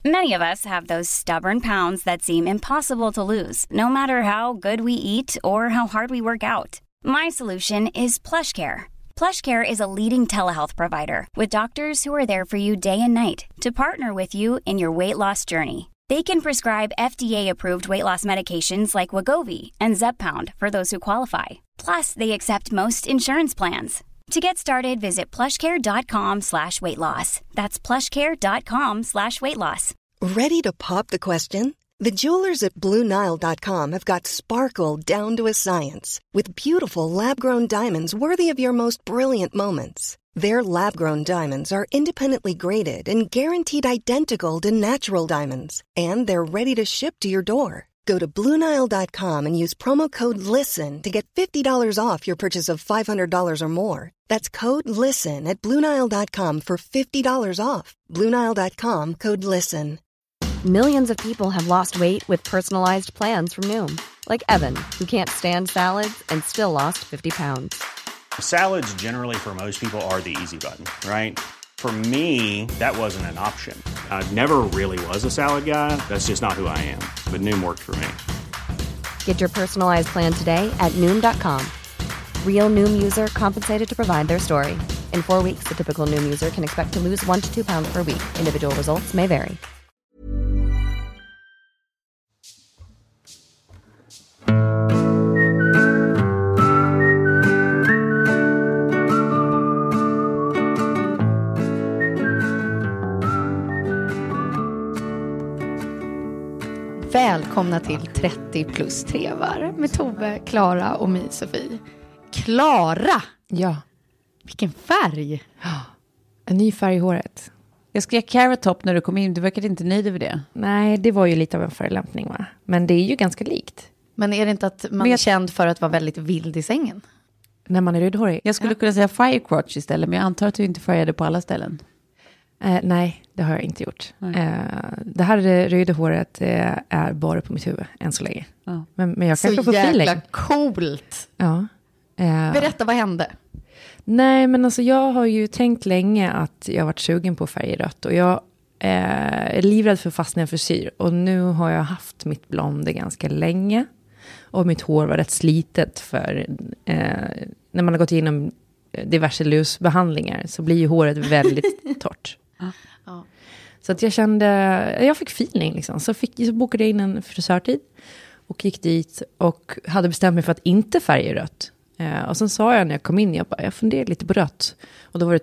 Many of us have those stubborn pounds that seem impossible to lose, no matter how good we eat or how hard we work out. My solution is PlushCare. PlushCare is a leading telehealth provider with doctors who are there for you day and night to partner with you in your weight loss journey. They can prescribe FDA-approved weight loss medications like Wegovy and Zepbound for those who qualify. Plus, they accept most insurance plans. To get started, visit plushcare.com/weightloss. That's plushcare.com/weightloss. Ready to pop the question? The jewelers at BlueNile.com have got sparkle down to a science with beautiful lab-grown diamonds worthy of your most brilliant moments. Their lab-grown diamonds are independently graded and guaranteed identical to natural diamonds. And they're ready to ship to your door. Go to BlueNile.com and use promo code LISTEN to get $50 off your purchase of $500 or more. That's code LISTEN at BlueNile.com for $50 off. BlueNile.com, code LISTEN. Millions of people have lost weight with personalized plans from Noom. Like Evan, who can't stand salads and still lost 50 pounds. Salads generally for most people are the easy button, right? For me, that wasn't an option. I never really was a salad guy. That's just not who I am. But Noom worked for me. Get your personalized plan today at Noom.com. Real Noom user compensated to provide their story. In 4 weeks, the typical Noom user can expect to lose 1 to 2 pounds per week. Individual results may vary. Välkomna till 30 plus 3 var med Tove, Klara och mig, Sofie. Klara! Ja. Vilken färg! En ny färg i håret. Jag skrev Carrot Top när du kom in. Du verkade inte nöjd över det. Nej, det var ju lite av en förelämpning, va? Men det är ju ganska likt. Men är det inte att man är känd för att vara väldigt vild i sängen? När man är rödhårig. Jag skulle kunna säga Firecrotch istället, men jag antar att du inte färgade på alla ställen. Nej, det har jag inte gjort. Det här röda håret är bara på mitt huvud än så länge. Ja. Men jag kanske får feeling. Så jäkla coolt! Ja. Berätta, vad hände? Nej, men alltså jag har ju tänkt länge att jag har varit sugen på färgrött. Och jag är livrädd för fastna frisyr. Och nu har jag haft mitt blonde ganska länge. Och mitt hår var rätt slitet för när man har gått igenom diverse lusbehandlingar så blir ju håret väldigt torrt. Ja. Så att jag fick feeling liksom. Så bokade jag in en frisörtid och gick dit och hade bestämt mig för att inte färga rött. Och sen sa jag när jag kom in, jag funderade lite på rött. Och då var det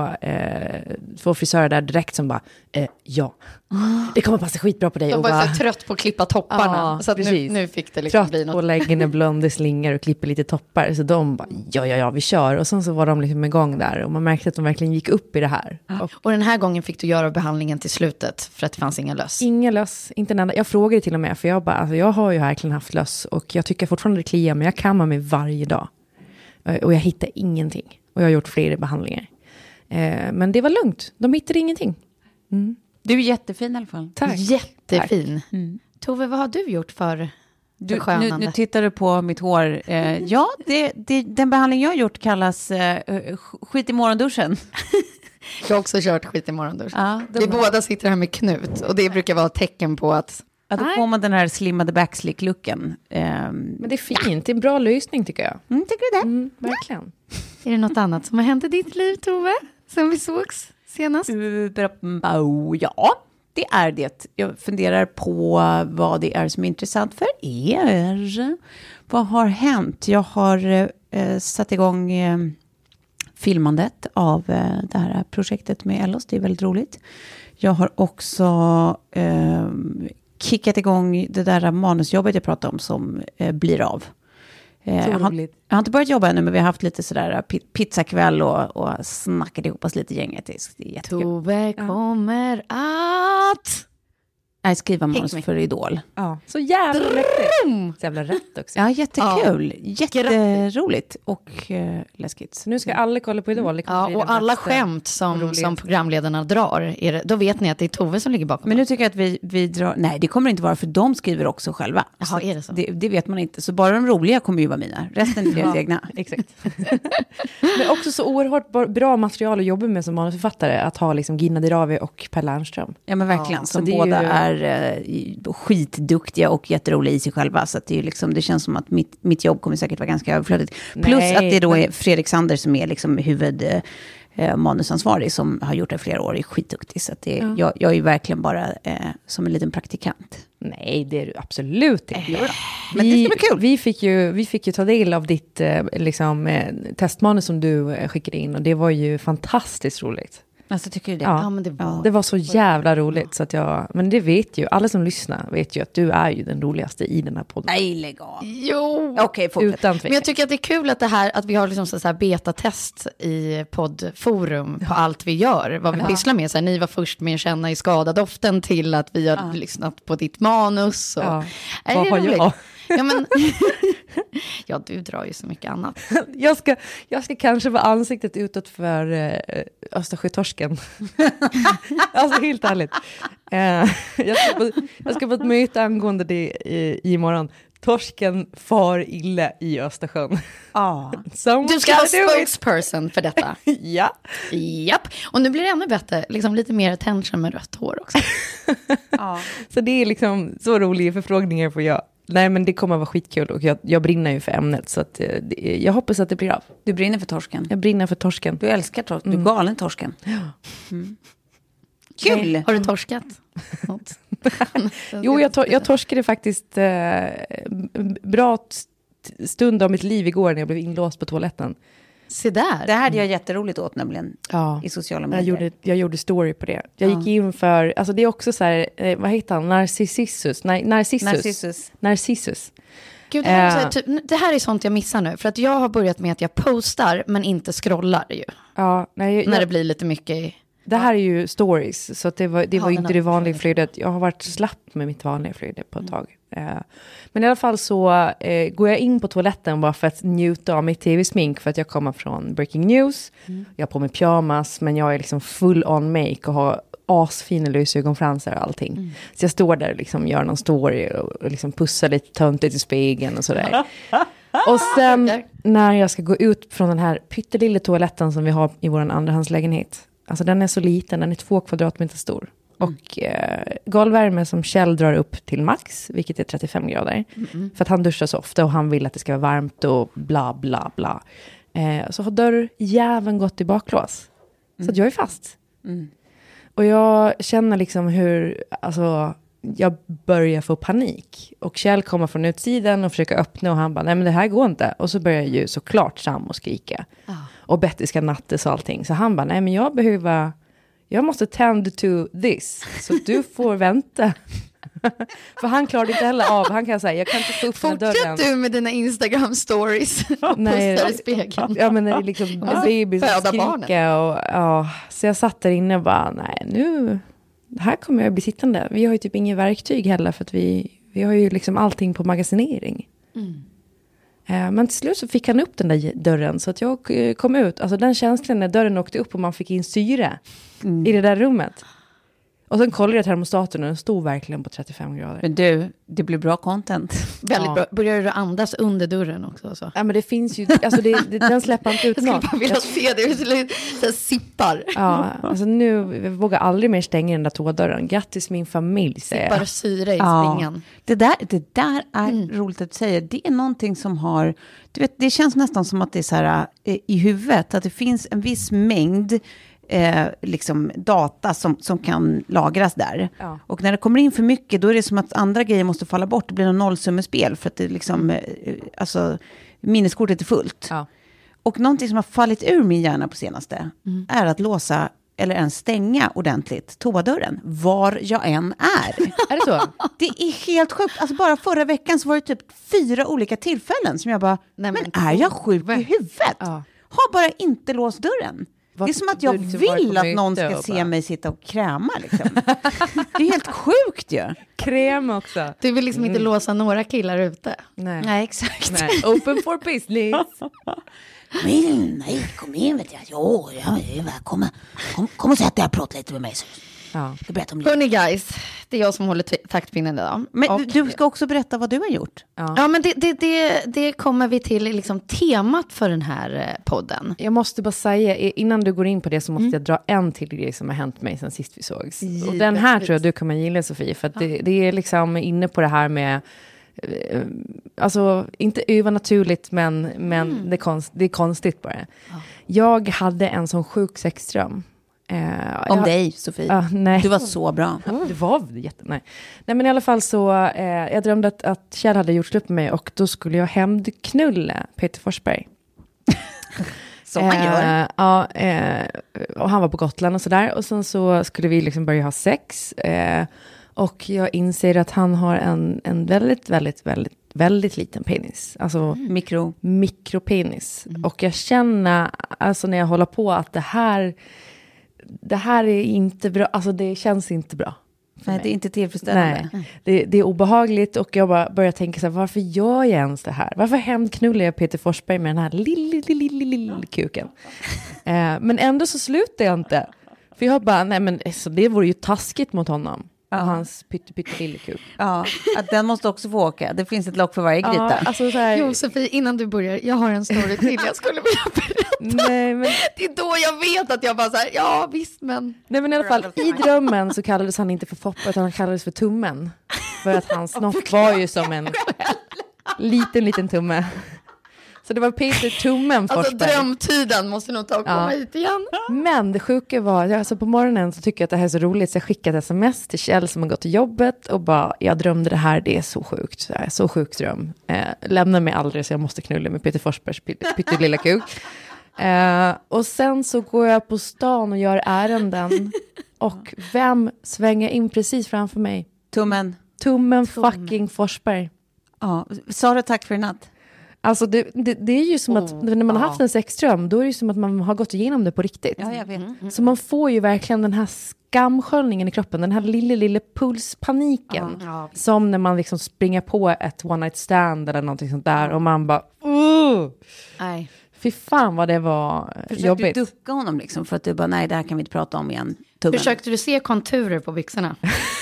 två frisörer där direkt som bara, ja, det kommer passa skitbra på dig. De var så trött på att klippa topparna. Så att nu fick det liksom bli något. Trött på att lägga ner blonda slingar och klippa lite toppar. Så de bara, ja, vi kör. Och sen så var de liksom igång där. Och man märkte att de verkligen gick upp i det här. Och den här gången fick du göra behandlingen till slutet för att det fanns inga löss. Inga löss, inte en enda. Jag frågade till och med, för jag har ju verkligen haft löss. Och jag tycker fortfarande det kliar, men jag kammar mig varje dag. Och jag hittar ingenting. Och jag har gjort flera behandlingar. Men det var lugnt. De hittade ingenting. Mm. Du är jättefin i alla fall. Tack. Jättefin. Tack. Mm. Tove, vad har du gjort för nu tittar du på mitt hår. Ja, den behandling jag har gjort kallas skit i morgonduschen. Jag har också kört skit i morgonduschen. Ja, vi båda sitter här med knut. Och det brukar vara ett tecken på att... Ja, då får man den här slimmade backslick-looken. Men det är fint. Det är en bra lösning tycker jag. Tycker du det? Verkligen. Är det något annat som har hänt i ditt liv, Tove? Sen vi sågs senast? Ja, det är det. Jag funderar på vad det är som är intressant för er. Vad har hänt? Jag har satt igång filmandet av det här projektet med Ellos. Det är väldigt roligt. Jag har också kickat igång det där manusjobbet jag pratade om som blir av. Jag har inte börjat jobba ännu, men vi har haft lite sådär pizzakväll och snackat ihop oss lite gänget. Det är jättekul. Tove kommer att... Nej, skriva manus för Idol. Ja, så jävla mäktigt. Så jävla rätt också. Ja, jättekul. Jätteroligt och läskigt. Så nu ska alla kolla på Idol. Ja, och alla skämt som programledarna drar, då vet ni att det är Tove som ligger bakom. Men nu tycker jag att vi drar... Nej, det kommer inte vara, för de skriver också själva. Jaha, är det så? Det vet man inte. Så bara de roliga kommer ju vara mina. Resten är deras egna. Exakt. Men också så oerhört bra material att jobba med som manusförfattare. Att ha liksom Gina Dirawi och Per Lernström. Ja, men verkligen. Som båda är skitduktiga och jätteroliga i sig själva. Så att det är liksom, det känns som att mitt jobb kommer säkert vara ganska överflödigt. Plus att det då är Fredrik Sander som är liksom manusansvarig som har gjort det flera år, är skitduktig. Så att jag är ju verkligen bara som en liten praktikant. Nej, det är du absolut inte. Men det ska bli kul. Vi fick ju ta del av ditt testmanus som du skickade in, och det var ju fantastiskt roligt. Alltså, tycker du det? Ja, men det var så jävla roligt. Så att men det vet ju, alla som lyssnar vet ju att du är ju den roligaste i den här podden. Nej, lägg av. Jo, okej, men jag tycker att det är kul att vi har liksom så här betatest i poddforum på allt vi gör, vad vi pysslar med. Så här, ni var först med att känna i skadadoften till att vi har lyssnat på ditt manus. Och, vad har jag? Ja, men ja, du drar ju så mycket annat. Jag ska kanske vara ansiktet utåt för Östersjötorsken. Alltså helt ärligt. Jag ska på ett möte angående det imorgon. Torsken far illa i Östersjön. Du ska vara spokesperson för detta. Ja. Japp. Och nu blir det ännu bättre. Liksom lite mer attention med rött hår också. Så det är liksom så roliga förfrågningar får jag. Nej, men det kommer vara skitkul, och jag brinner ju för ämnet, så att jag hoppas att det blir av. Du brinner för torsken? Jag brinner för torsken. Du älskar torsken, du är galen torsken. Ja. Kul! Har du torskat? Jo, jag torskade faktiskt bra stund av mitt liv igår när jag blev inlåst på toaletten. Se där. Det här hade jag jätteroligt åt nämligen i sociala medier. Jag gjorde story på det. Jag gick in för, alltså det är också så här, vad heter han? Narcissus. Gud, det här är sånt jag missar nu. För att jag har börjat med att jag postar men inte scrollar ju. Ja, när det blir lite mycket... Det här är ju stories, så att det var inte det vanliga flödet. Jag har varit slapp med mitt vanliga flöde på ett tag. Men i alla fall så går jag in på toaletten bara för att njuta av mitt tv-smink, för att jag kommer från Breaking News. Jag har på mig pyjamas, men jag är liksom full on make och har asfina lösögonfransar och allting. Så jag står där och liksom gör någon story och liksom pussar lite töntigt i spegeln och sådär. Och sen när jag ska gå ut från den här pyttelilla toaletten som vi har i vår andrahandslägenhet. Alltså den är så liten, den är 2 kvadratmeter stor. Och golvvärme som Kjell drar upp till max, vilket är 35 grader. För att han duschar så ofta och han vill att det ska vara varmt och bla bla bla. Så har dörrjäveln gått i baklås. Så att jag är fast. Och jag känner liksom hur, alltså, jag börjar få panik. Och Kjell kommer från utsidan och försöker öppna, och han bara, nej men det här går inte. Och så börjar ju såklart Sam och skrika. Och Betty ska nattes och allting. Så han bara, nej men jag måste tend to this. Så du får vänta. För han klarar inte heller av. Han kan säga, jag kan inte få upp den dörren. Fortsätt du med dina Instagram stories. Nej, i spegeln. Ja, men det är liksom baby som skriker. Och, så jag satt där inne och bara, nej nu, här kommer jag bli sittande. Vi har ju typ inget verktyg heller, för att vi har ju liksom allting på magasinering. Men till slut så fick han upp den där dörren, så att jag kom ut. Alltså den känslan när dörren åkte upp och man fick in syre i det där rummet. Och sen kollade jag termostaten och den stod verkligen på 35 grader. Men du, det blir bra content. Väldigt bra. Börjar du andas under dörren också? Så? Ja, men det finns ju, alltså den släpper inte ut något. Jag skulle bara vilja se det, så sippar. Ja, alltså nu vågar aldrig mer stänga den där toadörren. Grattis min familj, säger jag. Sippar syre i springan. Det där är roligt att säga. Det är någonting som har, du vet, det känns nästan som att det är så här i huvudet, att det finns en viss mängd liksom data som kan lagras där. Och när det kommer in för mycket, då är det som att andra grejer måste falla bort. Det blir en nollsummespel för att det liksom, alltså minneskortet är fullt. Och någonting som har fallit ur min hjärna på senaste är att låsa eller ens stänga ordentligt toadörren var jag än är. Är det så? Det är helt sjukt. Alltså bara förra veckan så var det typ 4 olika tillfällen som jag bara, men är jag sjuk i huvudet? Har bara inte låst dörren. Det är som att jag vill att någon ska se mig sitta och kräma. Liksom. Det är helt sjukt ju. Kräm också. Du vill liksom inte låsa några killar ute. Nej, exakt. Nej. Open for business. Nej, kom in vet jag. Jo, jag är välkommen. Kom och sätt dig och prata lite med mig. Ja. Hörni guys, det är jag som håller taktpinnen idag. Men du ska också berätta vad du har gjort. Ja, men det kommer vi till liksom temat för den här podden. Jag måste bara säga, innan du går in på det så måste jag dra en till grej som har hänt mig sen sist vi sågs. Och den här tror jag du kommer gilla, Sofie, för att det är liksom inne på det här med alltså inte övernaturligt men det är konstigt bara. Jag hade en sån sjuk sexdröm. Om dig, Sofie. Nej. Du var så bra. Det var nej men i alla fall så jag drömde att Kjell hade gjort slut med mig och då skulle jag hämndknulla Peter Forsberg. Som man gör. Och han var på Gotland och sådär och sen så skulle vi liksom börja ha sex och jag inser att han har en väldigt, väldigt, väldigt, väldigt liten penis. Alltså mikropenis. Och jag känner alltså när jag håller på att det här är inte bra. Alltså det känns inte bra. Nej, det är inte tillfredsställande. Nej, det är obehagligt och jag bara börjar tänka så här, varför gör jag ens det här? Varför hämndknullar jag Peter Forsberg med den här lilla kuken? Men ändå så slutar jag inte. För jag bara, nej men alltså, det vore ju taskigt mot honom. Och hans pyttelille kuk. Ja, att den måste också få åka. Det finns ett lock för varje gryta. Ja, alltså så här... Jo, Sofie, innan du börjar, jag har en story till jag skulle vilja berätta. Nej, men... Det är då jag vet att jag bara så här, ja visst men... Nej men i alla fall, i drömmen så kallades han inte för Foppa utan han kallades för Tummen. För att hans snopp var ju som en liten tumme. Så det var Peter Tummen Forsberg. Alltså drömtiden måste nog ta och komma hit igen. Men det sjuka var, alltså på morgonen så tycker jag att det här är så roligt så jag skickade ett sms till Kjell som har gått till jobbet och bara, jag drömde det här, det är så sjukt. Så sjukt dröm. Lämna mig aldrig så jag måste knulla med Peter Forsbergs pyttelilla kuk. Och sen så går jag på stan och gör ärenden. Och vem svänger in precis framför mig? Tummen fucking Forsberg. Ja, sa du tack för en natt? Alltså det är ju som att när man har haft en sexdröm då är det ju som att man har gått igenom det på riktigt. Ja, jag vet. Så man får ju verkligen den här skamsköljningen i kroppen, den här lilla pulspaniken. Som när man liksom springer på ett one night stand eller någonting sånt där och man bara Nej. Fy fan vad det var jobbigt. Försökte du ducka honom liksom för att du bara, nej det här kan vi inte prata om igen. Tummen. Försökte du se konturer på byxorna?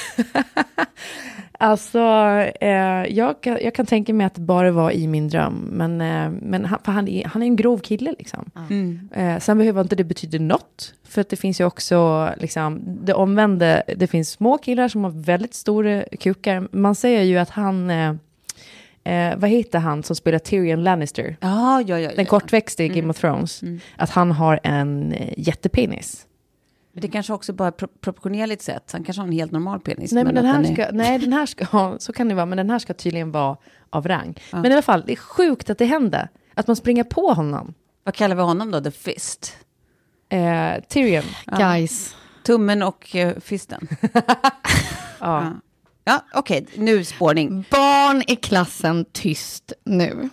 Alltså, jag kan tänka mig att det bara var i min dröm. Men han är en grov kille liksom. Sen behöver inte det betyda något. För att det finns ju också liksom, det omvände. Det finns små killar som har väldigt stora kukar. Man säger ju att han... vad heter han som spelar Tyrion Lannister? Ja. Den kortväxte i Game of Thrones. Att han har en jättepenis. Men det kanske också bara proportionerligt sett. Han kanske har en helt normal penis. Nej, men den här ska, så kan det vara, men den här ska tydligen vara av rang. Ja. Men i alla fall, det är sjukt att det hände. Att man springer på honom. Vad kallar vi honom då? The Fist? Tyrion. Guys. Tummen och fisten. Ja, okej. Nu spårning. Barn i klassen, tyst nu.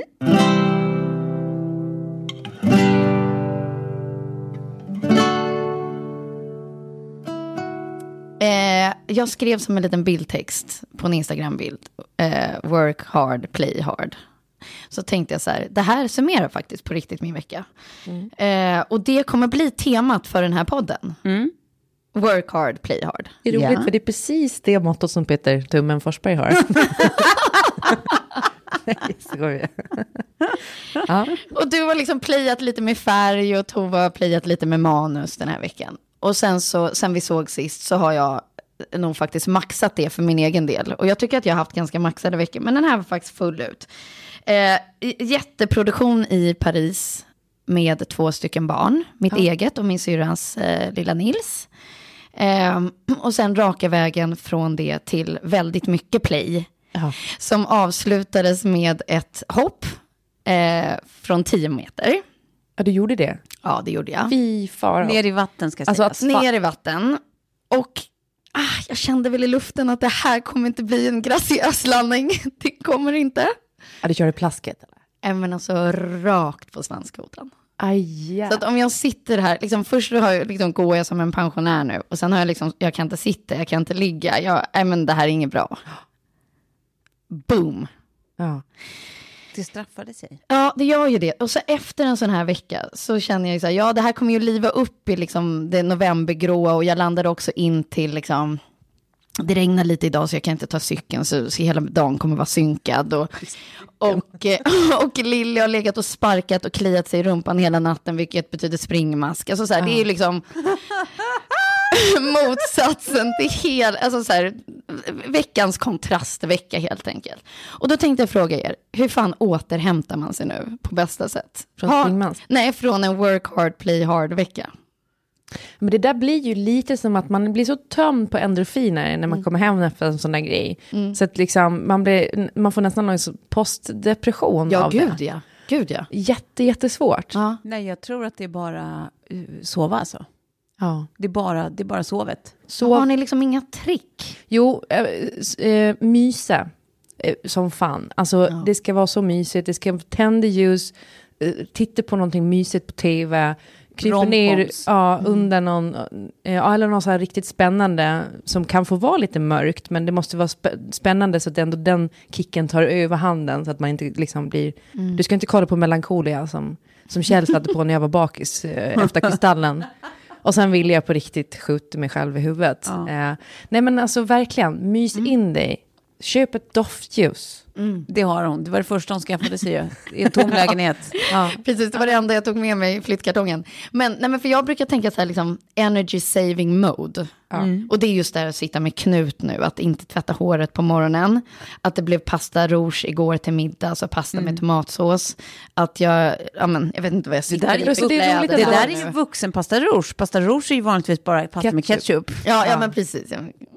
Jag skrev som en liten bildtext på en Instagram-bild. Work hard, play hard. Så tänkte jag så här, det här summerar faktiskt på riktigt min vecka. Och det kommer bli temat för den här podden. Work hard, play hard. Det är roligt för det är precis det mottot som Peter Tummen Forsberg har. Nej, skojar. Och du har liksom playat lite med färg och Tova har playat lite med manus den här veckan. Och sen vi såg sist så har jag nog faktiskt maxat det för min egen del. Och jag tycker att jag har haft ganska maxade veckor. Men den här var faktiskt full ut. Jätteproduktion i Paris med 2 stycken barn. Mitt eget och min syrrans lilla Nils. Och sen raka vägen från det till väldigt mycket play. Som avslutades med ett hopp från 10 meter. Ja, du gjorde det? Ja, det gjorde jag. Fy fara. Ner i vatten ska sägas. Alltså ner i vatten. Och jag kände väl i luften att det här kommer inte bli en graciös landning. Det kommer inte. Ja, du körde plasket eller? Men alltså rakt på svanskotan. Aj, Så att om jag sitter här, liksom, först har jag, liksom, går jag som en pensionär nu. Och sen har jag liksom, jag kan inte sitta, jag kan inte ligga. Nej men det här är inget bra. Boom. Ja. Det straffade sig. Ja, det gör ju det. Och så efter en sån här vecka så känner jag så här, ja det här kommer ju liva upp i liksom det novembergråa. Och jag landade också in till liksom, det regnar lite idag så jag kan inte ta cykeln. Så hela dagen kommer vara synkad. Och Lilly har legat och sparkat och kliat sig i rumpan hela natten. Vilket betyder springmask. Alltså så här, det är ju liksom motsatsen till alltså så här, veckans kontrastvecka helt enkelt. Och då tänkte jag fråga er, hur fan återhämtar man sig nu på bästa sätt? Från en work hard, play hard vecka. Men det där blir ju lite som att man blir så tömd på endorfiner när man kommer hem efter en sån där grej. Så att liksom, man får nästan någon postdepression av det. Gud ja. Jättesvårt. Ja. Nej, jag tror att det är bara sova alltså. Ja. Det är bara sovet. Har ni liksom inga trick? Jo, mysa som fan. Alltså det ska vara så mysigt. Det ska vara tända ljus, titta på någonting mysigt på tv, krypa ner under någon eller något så här riktigt spännande som kan få vara lite mörkt, men det måste vara spännande så att ändå den kicken tar över handen så att man inte liksom blir du ska inte kolla på Melancholia som Kjell satte på när jag var bakis efter Kristallen. Och sen ville jag på riktigt skjuta mig själv i huvudet. Nej men alltså verkligen, mys in dig. Köp ett doftljus. Det har hon. Det var det första hon skaffade sig i en tom lägenhet. Precis, det var det enda jag tog med mig i flyttkartongen. Men för jag brukar tänka så här liksom energy saving mode. Och det är just där att sitta med Knut nu, att inte tvätta håret på morgonen, att det blev pasta rouge igår till middag, alltså pasta med tomatsås, att jag vet inte vad jag sitter i för kläder. Det där är ju vuxen pasta rouge. Pasta rouge är ju vanligtvis bara pasta med ketchup. Ja, men precis.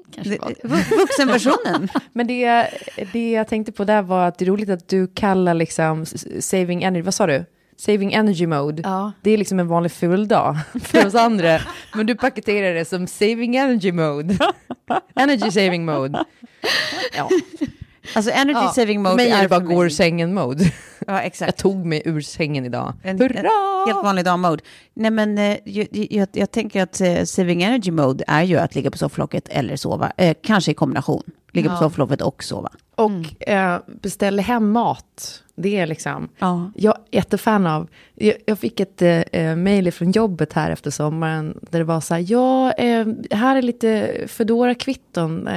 Vuxenversionen. Men det jag tänkte på där var att det är roligt att du kallar liksom saving energy, vad sa du? Saving energy mode. Ja. Det är liksom en vanlig full dag för oss andra. Men du paketerar det som saving energy mode. Energy saving mode. Ja. Alltså energy saving mode är det bara går ur sängen mode. Ja, exakt. Jag tog mig ur sängen idag. Hurra! Helt vanlig dag-mode. Nej, men jag tänker att saving energy mode är ju att ligga på sofflocket eller sova. Kanske i kombination. Ligga på sofflocket och sova. Och beställa hem mat. Det är liksom... Jag är jättefan av... Jag fick ett mejl från jobbet här efter sommaren. Där det var så här... här är lite Foodora-kvitton.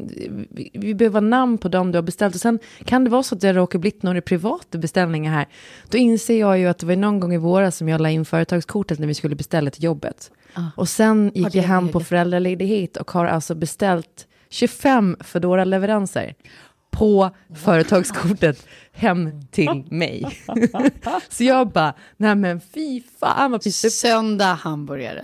Vi behöver namn på dem du har beställt. Och sen kan det vara så att det råkar bli några privata beställningar här. Då inser jag ju att det var någon gång i våras som jag la in företagskortet när vi skulle beställa till jobbet. Och sen gick jag hem på föräldraledighet och har alltså beställt 25 Foodora-leveranser på företagskortet hem till mig. Så jag bara, nej men fy fan. Söndag hamburgare.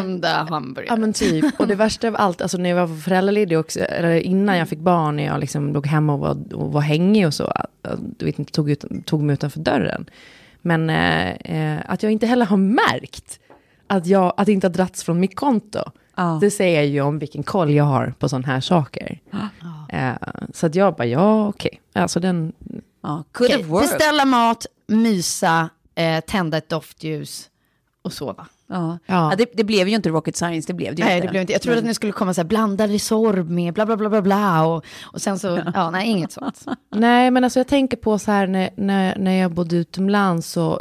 Ja men typ. Och det värsta av allt, alltså när jag var föräldraledig också, eller innan jag fick barn, när jag liksom låg hemma och var hängig och så, du vet inte, tog mig utanför dörren. Men att jag inte heller har märkt att det inte har dragits från mitt konto. Det säger ju om vilken koll jag har på sån här saker. Så att jag bara, okej. Alltså den... Beställa mat, mysa, tända ett doftljus och sova. Det blev ju inte rocket science, det blev det ju inte. Nej, det blev inte. Jag trodde att ni skulle komma så här, blanda Resorb med bla bla bla bla bla och sen så, nej, inget sånt. Nej, men alltså jag tänker på så här när jag bodde utomlands, så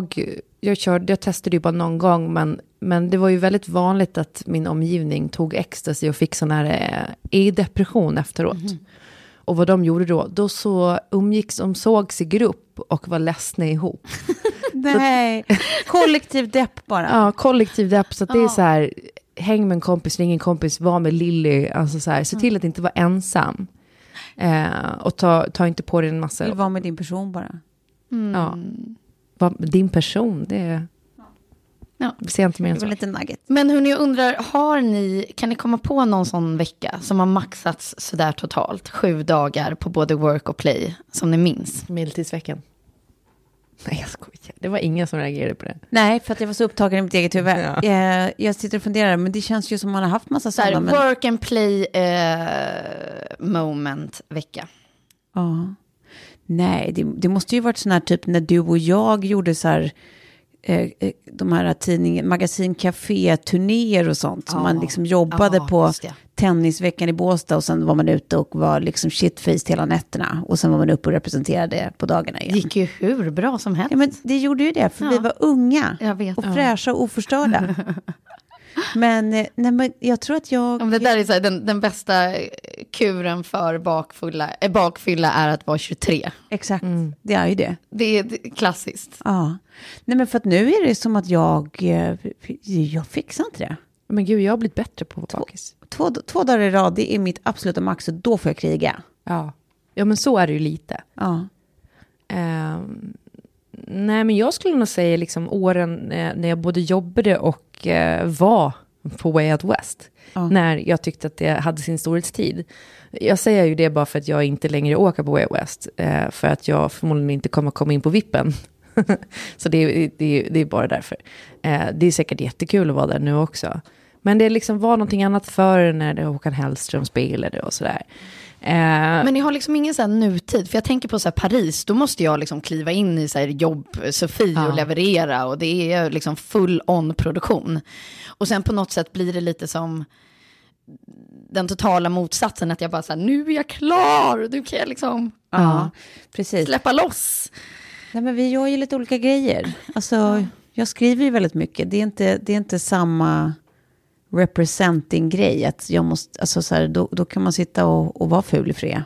jag testade ju bara någon gång, men det var ju väldigt vanligt att min omgivning tog ecstasy och fick sån här depression efteråt. Och vad de gjorde då så sågs i grupp och var ledsna ihop. Nej, kollektiv depp bara. Ja, kollektiv depp, så att det är så här, häng med en kompis, ring en kompis, var med Lilly, alltså så här, se till att inte vara ensam. Och ta inte på dig en massa. Eller var med din person bara. Ja. Din person, det är... Vi ser inte mer än så. Lite nugget. Men hur ni undrar, kan ni komma på någon sån vecka som har maxats sådär totalt? 7 dagar på både work och play, som ni minns? Medeltidsveckan. Nej, jag skojar. Det var ingen som reagerade på det. Nej, för att jag var så upptagen i mitt eget huvud. Ja. Jag sitter och funderar, men det känns ju som man har haft massa sådana. Men... Work and play moment vecka. Ja. Nej, det måste ju varit sån här typ när du och jag gjorde så här de här tidningen, magasincafé-turnéer och sånt. Som man liksom jobbade på tennisveckan i Båstad och sen var man ute och var liksom shitfaced hela nätterna. Och sen var man uppe och representerade på dagarna igen. Det gick ju hur bra som helst. Ja, men det gjorde ju det, för vi var unga och fräscha och oförstörda. Men jag tror att det där är så här, den bästa kuren för bakfylla är att vara 23. Exakt, det är ju det. Det är klassiskt. Ja. Nej, men för att nu är det som att jag fixar inte det. Men gud, jag har blivit bättre på bakis. Två dagar i rad, det är mitt absoluta max och då får jag kriga. Ja, men så är det ju lite. Ja. Nej, men jag skulle nog säga liksom åren när jag både jobbade och var på Way Out West. När jag tyckte att det hade sin storhetstid. Jag säger ju det bara för att jag inte längre åker på Way Out West. För att jag förmodligen inte kommer komma in på vippen. Så det är bara därför. Det är säkert jättekul att vara där nu också. Men det liksom var någonting annat förr när det Håkan Hellström spelade och sådär. Men ni har liksom ingen så här nutid. För jag tänker på så här Paris. Då måste jag liksom kliva in i så här jobb Sofie och leverera. Och det är liksom full on produktion. Och sen på något sätt blir det lite som den totala motsatsen. Att jag bara så här, nu är jag klar. Nu kan jag liksom precis. Släppa loss. Nej, men vi gör ju lite olika grejer. Alltså, jag skriver ju väldigt mycket. Det är inte samma representing-grej. Att jag måste, alltså så här, då kan man sitta och vara ful i fred.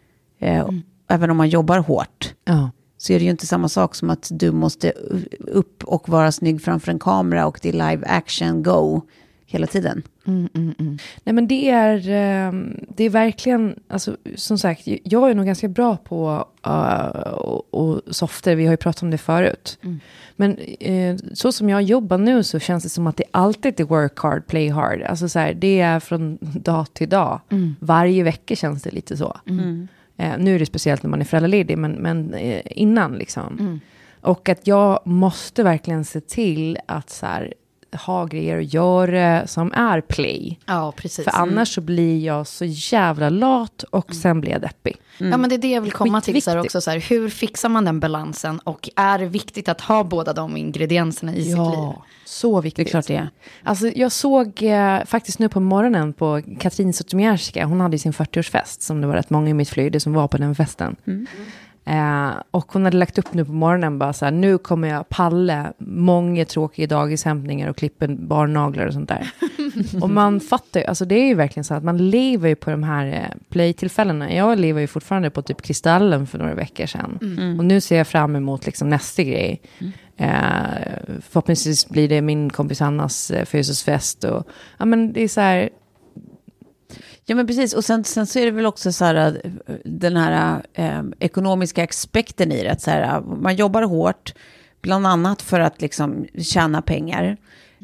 Även om man jobbar hårt. Så är det ju inte samma sak som att du måste upp och vara snygg framför en kamera och det är live action go hela tiden. Nej, men det är verkligen, alltså, som sagt, jag är nog ganska bra på och softer, vi har ju pratat om det förut. Men så som jag jobbar nu så känns det som att det alltid är work hard, play hard. Alltså så här, det är från dag till dag. Varje vecka känns det lite så. Nu är det speciellt när man är föräldraledig, men innan liksom. Och att jag måste verkligen se till att så här, ha grejer att göra som är play. Ja, precis. För annars så blir jag så jävla lat och sen blir jag deppig. Ja, men det är det jag vill komma till så här också. Så här, hur fixar man den balansen? Och är det viktigt att ha båda de ingredienserna i sitt liv? Så viktigt. Det är klart det är. Alltså, jag såg faktiskt nu på morgonen på Katrin Sotomierska. Hon hade sin 40-årsfest som det var rätt många i mitt flöde som var på den festen. Och hon hade lagt upp nu på morgonen bara så här, nu kommer jag palla många tråkiga dagishämtningar och klippa barnnaglar och sånt där. Och man fattar ju, alltså det är ju verkligen så att man lever ju på de här play-tillfällena. Jag lever ju fortfarande på typ Kristallen för några veckor sedan. Och nu ser jag fram emot liksom nästa grej. Förhoppningsvis blir det min kompis Annas födelsedagsfest och ja, men det är så här. Ja, men precis. Och sen så är det väl också så här, den här ekonomiska aspekten i det. Så här, man jobbar hårt, bland annat för att liksom tjäna pengar.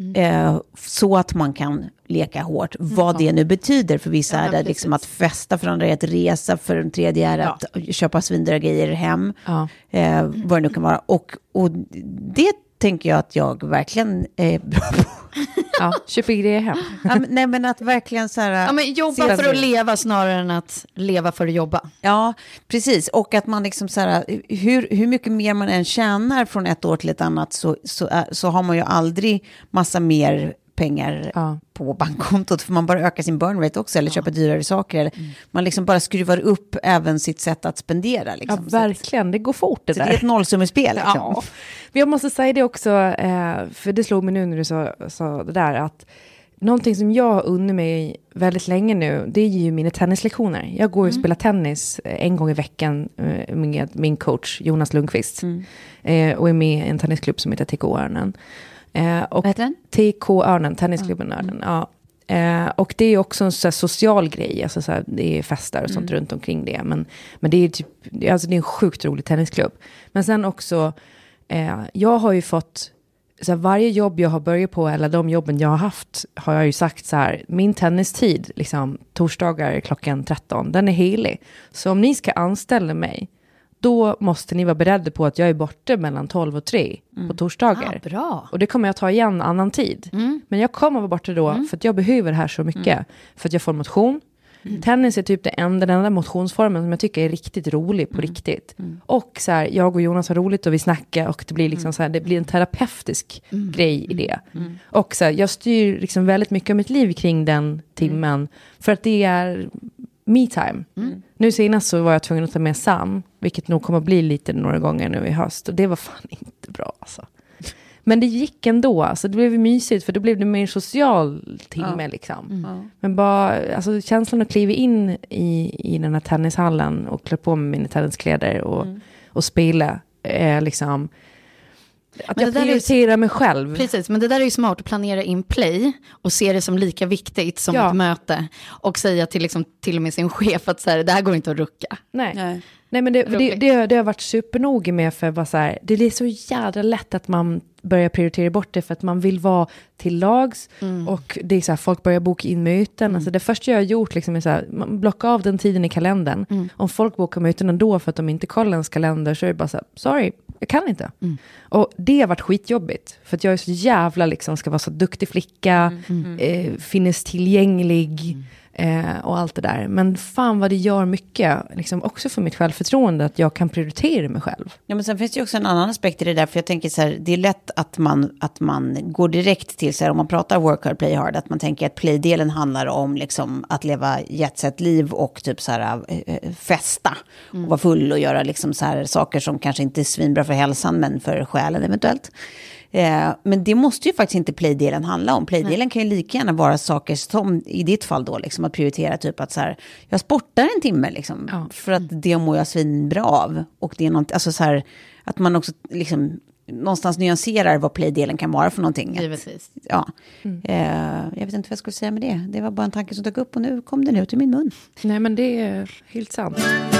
Så att man kan leka hårt. Vad det nu betyder. För vissa är det liksom att festa, för andra är att resa, för en tredje är att köpa svindyra grejer hem. Vad det nu kan vara. Och det tänker jag att jag verkligen är bra på. Köper grejer hem. Nej, men att verkligen så här. Men jobba för att leva snarare än att leva för att jobba. Ja, precis. Och att man liksom så här, hur mycket mer man än tjänar från ett år till ett annat så har man ju aldrig massa mer pengar på bankkontot, för man bara ökar sin burn rate också, eller köper dyrare saker, eller man liksom bara skruvar upp även sitt sätt att spendera liksom. Ja, verkligen, det går fort det där. Det är ett nollsummespel liksom. Ja. Jag måste säga det också, för det slog mig nu när du sa det där, att någonting som jag unnar mig väldigt länge nu, det är ju mina tennislektioner. Jag går och spelar tennis en gång i veckan med min coach Jonas Lundqvist och är med i en tennisklubb som heter TK Örnen. Och TK Örnen, tennisklubben Örnen. Ja. Och det är också en så här social grej, alltså så här, det är fester och sånt runt omkring det, men det är typ, alltså det är en sjukt rolig tennisklubb. Men sen också jag har ju fått så här, varje jobb jag har börjat på, eller de jobben jag har haft, har jag ju sagt så här, min tennistid liksom torsdagar klockan 13, den är helig. Så om ni ska anställa mig, då måste ni vara beredda på att jag är borta mellan 12 och 3 på torsdagar. Bra. Och det kommer jag ta igen annan tid. Men jag kommer vara borta då för att jag behöver det här så mycket. För att jag får motion, Tennis är typ den enda motionsformen som jag tycker är riktigt rolig på riktigt. Och så här, jag och Jonas har roligt och vi snackar och det blir liksom så här, det blir en terapeutisk grej i det. Och så här, jag styr liksom väldigt mycket av mitt liv kring den timmen för att det är me time. Nu senast så var jag tvungen att ta med Sam, vilket nog kommer att bli lite några gånger nu i höst, och det var fan inte bra alltså. Men det gick ändå, alltså det blev mysigt för då blev det mer social timme liksom. Men bara, alltså känslan att kliva in i den här tennishallen och klä på mig mina tenniskläder och spela liksom att jag prioriterar mig själv. Precis, men det där är ju smart att planera in play och se det som lika viktigt som ett möte och säga till, liksom, till och med sin chef att så här, det här går inte att rucka. Nej men det har varit supernoga med för bara så här, det är så jävla lätt att man börjar prioritera bort det för att man vill vara till lags och det är så här, folk börjar boka in möten. Alltså det första jag har gjort liksom är så här, man blockar av den tiden i kalendern. Om folk bokar möten ändå för att de inte kollar ens kalender så är det bara så här, sorry, jag kan inte. Och det har varit skitjobbigt för att jag är så jävla liksom, ska vara så duktig flicka, finnes tillgänglig och allt det där. Men fan vad det gör mycket liksom, också för mitt självförtroende att jag kan prioritera mig själv. Ja, men sen finns det ju också en annan aspekt i det där, för jag tänker så här, det är lätt att man går direkt till så här, om man pratar work hard, play hard, att man tänker att playdelen handlar om liksom att leva jetset-liv och typ så här festa och vara full och göra liksom så här saker som kanske inte är svinbra för hälsan men för själen eventuellt. Men det måste ju faktiskt inte playdelen handla om. Playdelen kan ju lika gärna vara saker som i ditt fall då liksom att prioritera typ att så här, jag sportar en timme liksom för att det mår jag svinbra av, och det är något, alltså så här, att man också liksom någonstans nyanserar vad playdelen kan vara för någonting. Givetvis. Ja. Jag vet inte vad jag skulle säga med det. Det var bara en tanke som dök upp och nu kom den ut ur min mun. Nej, men det är helt sant.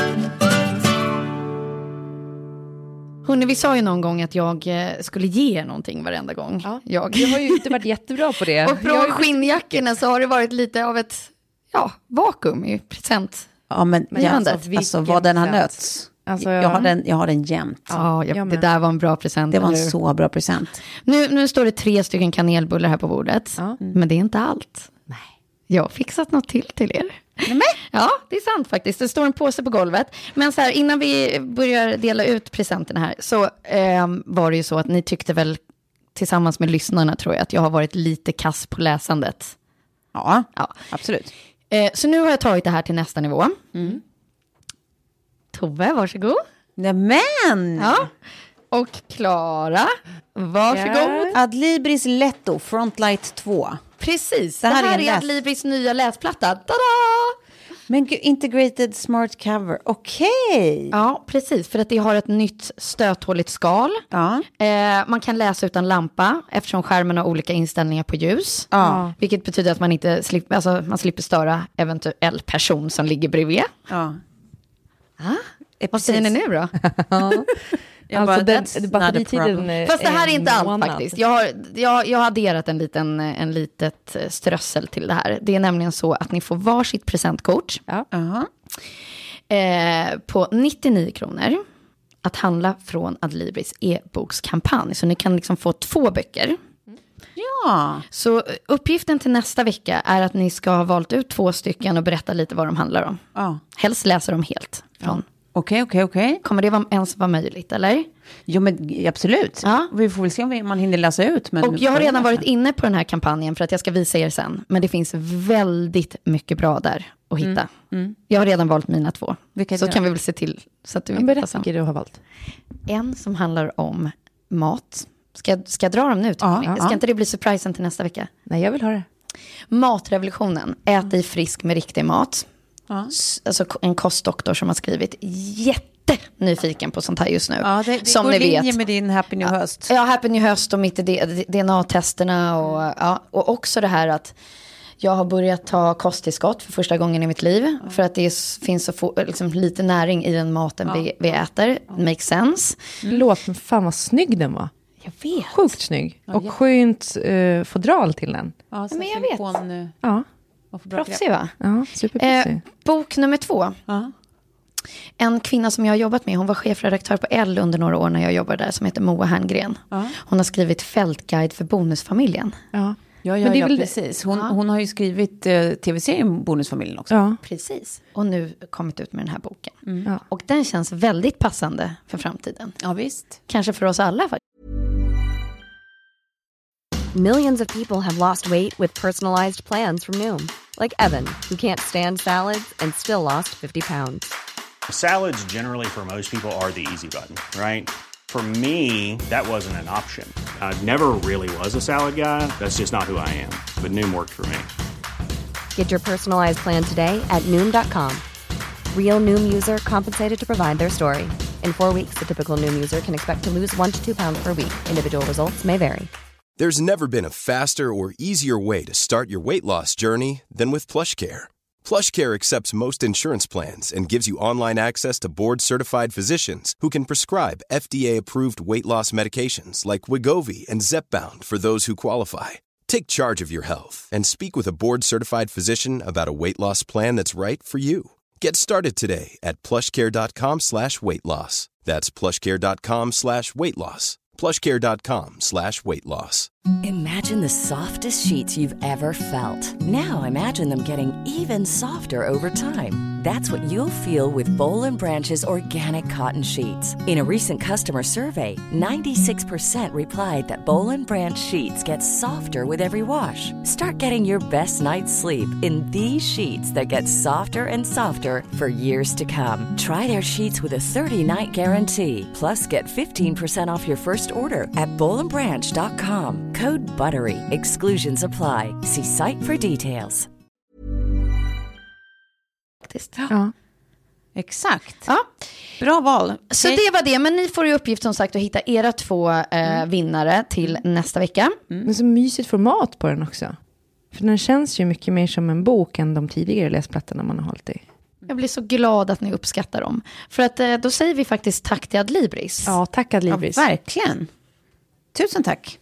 Hörrni, vi sa ju någon gång att jag skulle ge er någonting varenda gång. Ja. Jag har ju inte varit jättebra på det. Och från skinnjackorna så har det varit lite av ett vakuum i present. Ja, men alltså vad den har nötts. Alltså, jag har den jämt. Ja, det där var en bra present. Det var en så bra present. Nu står det 3 stycken kanelbullar här på bordet. Ja. Men det är inte allt. Nej. Jag har fixat något till er. Ja, det är sant faktiskt. Det står en påse på golvet. Men så här, innan vi börjar dela ut presenterna här så var det ju så att ni tyckte väl tillsammans med lyssnarna, tror jag, att jag har varit lite kass på läsandet. Ja. Absolut. Så nu har jag tagit det här till nästa nivå. Tove, varsågod. Nämen! Ja. Och Klara, varsågod. Adlibris Letto, Frontlight 2. Precis, det här är Adlibris nya läsplatta. Tada! Men gud, integrated smart cover, okej. Ja, precis, för att det har ett nytt stöthålligt skal. Ja. Man kan läsa utan lampa eftersom skärmen har olika inställningar på ljus. Ja. Vilket betyder att man inte slipper, alltså, man slipper störa eventuell person som ligger bredvid. Ja. Vad säger ni nu då? Alltså fast det här är inte allt faktiskt. Jag har adderat en litet strössel till det här. Det är nämligen så att ni får varsitt presentkort på 99 kronor att handla från Adlibris e-bokskampanj. Så ni kan liksom få 2 böcker. Ja. Så uppgiften till nästa vecka är att ni ska ha valt ut 2 stycken och berätta lite vad de handlar om. Ja. Helst läser de helt från. Okej. Kommer det ens vara möjligt, eller? Jo, men absolut. Ja. Vi får väl se om man hinner läsa ut. Men och jag har redan varit inne på den här kampanjen för att jag ska visa er sen. Men det finns väldigt mycket bra där att hitta. Jag har redan valt mina 2. Så kan vi väl se till så att du inte berätta vilka du har valt. En som handlar om mat. Ska jag dra dem nu? Ska inte det bli surprisen till nästa vecka? Nej, jag vill ha det. Matrevolutionen. Ät dig frisk med riktig mat. Alltså en kostdoktor som har skrivit jättenyfiken på sånt här just nu. Ja, det som går ni linje vet. Med din Happy New Höst. Ja, Happy New Höst och mitt i DNA-testerna och också det här att jag har börjat ta kosttillskott för första gången i mitt liv för att det finns så liksom, lite näring i den maten vi äter. Makes sense. Låt fan vad snygg den var. Jag vet. Sjukt snygg. Och skönt fodral till den. Ja, men jag vet. Ja. Proffsig, va? Ja, superproffsig. Bok nummer 2. En kvinna som jag har jobbat med, hon var chefredaktör på L under några år när jag jobbade där, som heter Moa Herngren. Hon har skrivit Fältguide för bonusfamiljen. Men det är väl precis. Hon har ju skrivit tv-serien Bonusfamiljen också. Ja. Precis. Och nu kommit ut med den här boken. Ja. Och den känns väldigt passande för framtiden. Ja, visst. Kanske för oss alla. Millions of people have lost weight with personalized plans from Noom. Like Evan, who can't stand salads and still lost 50 pounds. Salads generally for most people are the easy button, right? For me, that wasn't an option. I never really was a salad guy. That's just not who I am. But Noom worked for me. Get your personalized plan today at Noom.com. Real Noom user compensated to provide their story. In 4 weeks, the typical Noom user can expect to lose 1 to 2 pounds per week. Individual results may vary. There's never been a faster or easier way to start your weight loss journey than with PlushCare. PlushCare accepts most insurance plans and gives you online access to board-certified physicians who can prescribe FDA-approved weight loss medications like Wegovy and Zepbound for those who qualify. Take charge of your health and speak with a board-certified physician about a weight loss plan that's right for you. Get started today at plushcare.com/weightloss. That's plushcare.com/weightloss. plushcare.com/weightloss. Imagine the softest sheets you've ever felt. Now imagine them getting even softer over time. That's what you'll feel with Boll & Branch's organic cotton sheets. In a recent customer survey, 96% replied that Boll & Branch sheets get softer with every wash. Start getting your best night's sleep in these sheets that get softer and softer for years to come. Try their sheets with a 30-night guarantee. Plus, get 15% off your first order at bollandbranch.com. Code BUTTERY. Exclusions apply. See site for details. Ja. Exakt. Ja. Bra val. Så det var det. Men ni får i uppgift som sagt att hitta era 2 vinnare till nästa vecka. Men så mysigt format på den också. För den känns ju mycket mer som en bok än de tidigare läsplattorna man har hållit i. Jag blir så glad att ni uppskattar dem. För att då säger vi faktiskt tack till Adlibris. Ja, tack Adlibris. Ja, verkligen. Tusen tack.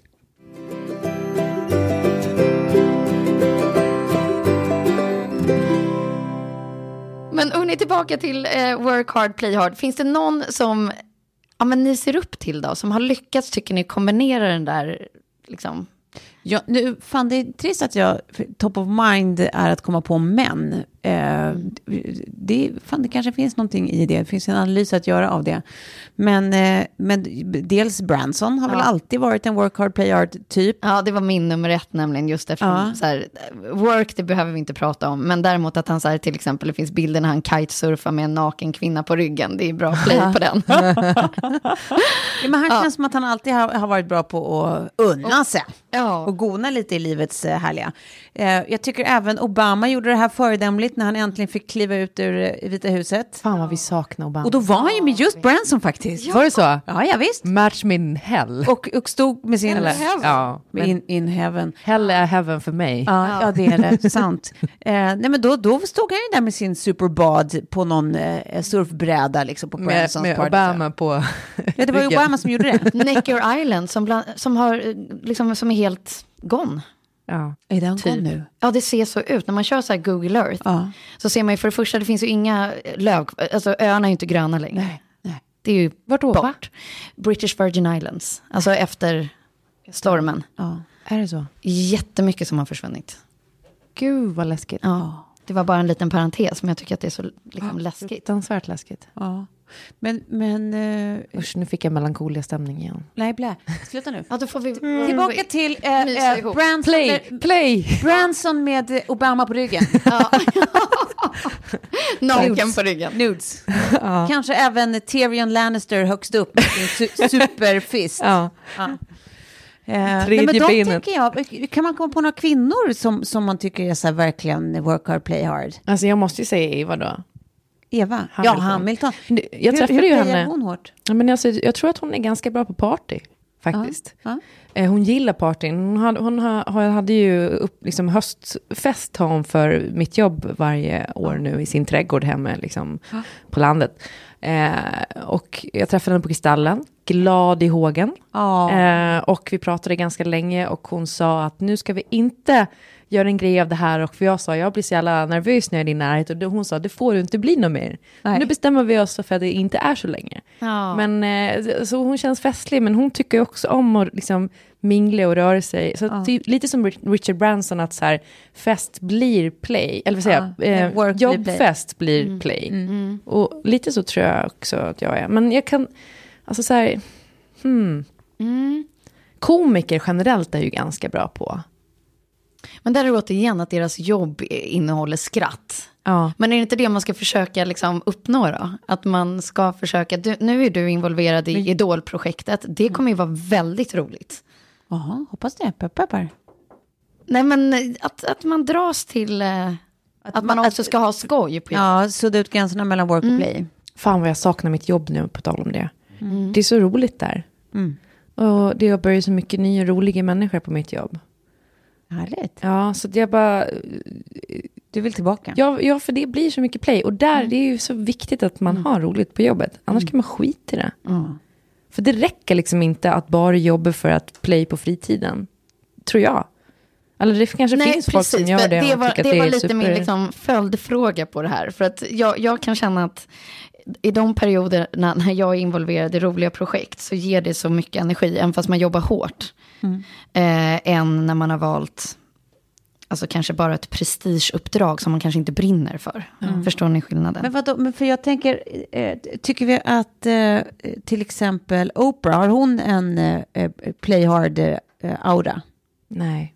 Men hörni, tillbaka till Work Hard, Play Hard. Finns det någon som men ni ser upp till då? Som har lyckats, tycker ni, kombinera den där liksom... Ja, nu, fan, det är trist att top of mind är att komma på män. Det kanske finns någonting i det. Det finns en analys att göra av det. Men dels Branson har väl alltid varit en work hard, play hard typ. Ja, det var min nummer 1 nämligen. Just eftersom så här, work, det behöver vi inte prata om. Men däremot att han så här, till exempel, det finns bilder när han kitesurfar med en naken kvinna på ryggen. Det är bra play på den. Men han känns som att han alltid har varit bra på att unna sig. Ja. Och gona lite i livets härliga. Jag tycker även Obama gjorde det här föredömligt när han äntligen fick kliva ut ur Vita huset. Fan vad vi saknar Obama. Och då var han ju med just Branson faktiskt. Ja. Var det så? Ja, visst. Match me in hell. Och stod med sin... Ja, in heaven. Hell är heaven för mig. Ja, det är rätt sant. Nej, men då stod han ju där med sin superbad på någon surfbräda liksom på Bransons med party. Obama på Ja, det var ju Obama som gjorde det. Necker Island som har liksom, som är helt gone. Ja. Är den gone nu? Ja, det ser så ut. När man kör så här Google Earth så ser man ju för det första, det finns ju inga löv, alltså öarna är ju inte gröna längre. Nej. Det är ju vart då? bort. British Virgin Islands. Alltså efter stormen. Ja. Är det så? Jättemycket som har försvunnit. Gud vad läskigt. Ja. Det var bara en liten parentes, men jag tycker att det är så liksom läskigt. Fruktansvärt läskigt. Ja. Men usch, nu fick jag melankolia stämning igen. Nej, blä. Sluta nu. Ja, då får vi tillbaka till Branson. Play. Branson med Obama på ryggen. Naken på ryggen. Nudes. Kanske även Tyrion Lannister högst upp med sin superfist. Men då tänker jag, kan man komma på några kvinnor som man tycker är så här verkligen work hard, play hard? Alltså jag måste ju säga Eva då. Eva? Hamilton. Jag träffade ju henne. Hon hårt? Ja, men alltså, jag tror att hon är ganska bra på party, faktiskt. Hon gillar partyn. Hon hade ju liksom höstfest har hon för mitt jobb varje år nu i sin trädgård hemma liksom, på landet. Och jag träffade henne på Kristallen, glad i hågen. Och vi pratade ganska länge och hon sa att nu ska vi inte gör en grej av det här. Och för jag sa, jag blir så jävla nervös när jag är i din närhet. Och då hon sa, det får du inte bli något mer. Nu bestämmer vi oss för att det inte är så länge. Ja. Men, så hon känns festlig, men hon tycker också om att liksom mingla och röra sig. Så lite som Richard Branson, att så här, fest blir play. Eller vad säger jag? Jobbfest blir play. Och lite så tror jag också att jag är. Men jag kan, alltså så här, komiker generellt är ju ganska bra på. Men där är det återigen att deras jobb innehåller skratt. Ja. Men är det inte det man ska försöka liksom uppnå då? Att man ska försöka, nu är du involverad i Idol-projektet. Det kommer ju vara väldigt roligt. Jaha, hoppas det. Peppar. Nej, men att man dras till att man också ska ha skoj på jobb. Ja, sudda ut gränserna mellan work och play. Fan vad jag saknar mitt jobb nu, på tal om det. Det är så roligt där. Och det har börjat så mycket nya roliga människor på mitt jobb. Härligt. Ja, så jag bara... Du vill tillbaka? Ja, för det blir så mycket play. Och där det är ju så viktigt att man har roligt på jobbet. Annars kan man skita i det. För det räcker liksom inte att bara jobba för att play på fritiden. Tror jag. Eller det kanske finns folk som gör det. Det var lite min liksom följdfråga på det här. För att jag kan känna att i de perioderna när jag är involverad i roliga projekt så ger det så mycket energi, även fast man jobbar hårt. Än när man har valt alltså kanske bara ett prestigeuppdrag som man kanske inte brinner för. Förstår ni skillnaden? Men vadå? Men för jag tänker, tycker vi att till exempel Oprah, har hon en play hard aura? Nej.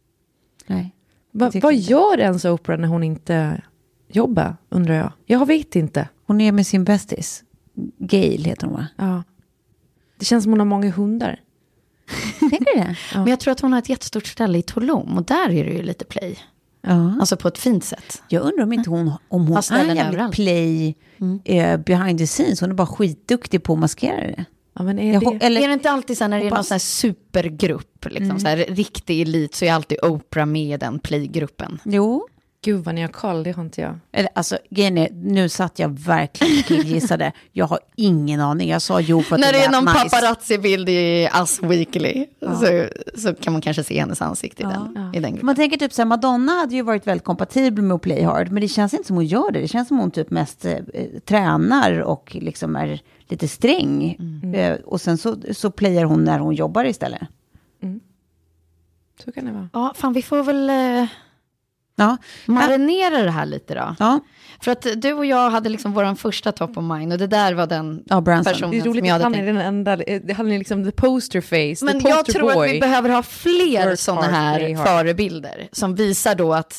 Vad gör ens Oprah när hon inte jobbar, undrar jag? Jag vet inte. Hon är med sin bästis. Gail heter hon, va? Ja. Det känns som hon har många hundar. Tänker du det? Ja. Men jag tror att hon har ett jättestort ställe i Tulum. Och där är det ju lite play. Ja. Alltså på ett fint sätt. Jag undrar om inte hon är jävligt play behind the scenes. Hon är bara skitduktig på att maskera det. Ja, men är det inte alltid så när det är någon sån här supergrupp, liksom så här riktig elit, så är alltid Oprah med i den playgruppen? Jo. Gud vad ni har koll, det har inte jag. Eller, alltså, nu satt jag verkligen killgissade. Jag har ingen aning. Jag sa jo för att när det är någon paparazzi-bild i Us Weekly så kan man kanske se hennes ansikte i den gruppen. Man tänker typ så här, Madonna hade ju varit väldigt kompatibel med att play hard, men det känns inte som hon gör det. Det känns som hon typ mest tränar och liksom är lite sträng. Och sen så playar hon när hon jobbar istället. Så kan det vara. Ja, fan vi får väl... marinera det här lite då. Ja. För att du och jag hade liksom våran första top of mind och det där var den personen det är roligt som jag hade tänkt. Han är liksom the poster face. Men jag tror att vi behöver ha fler sådana här förebilder som visar då att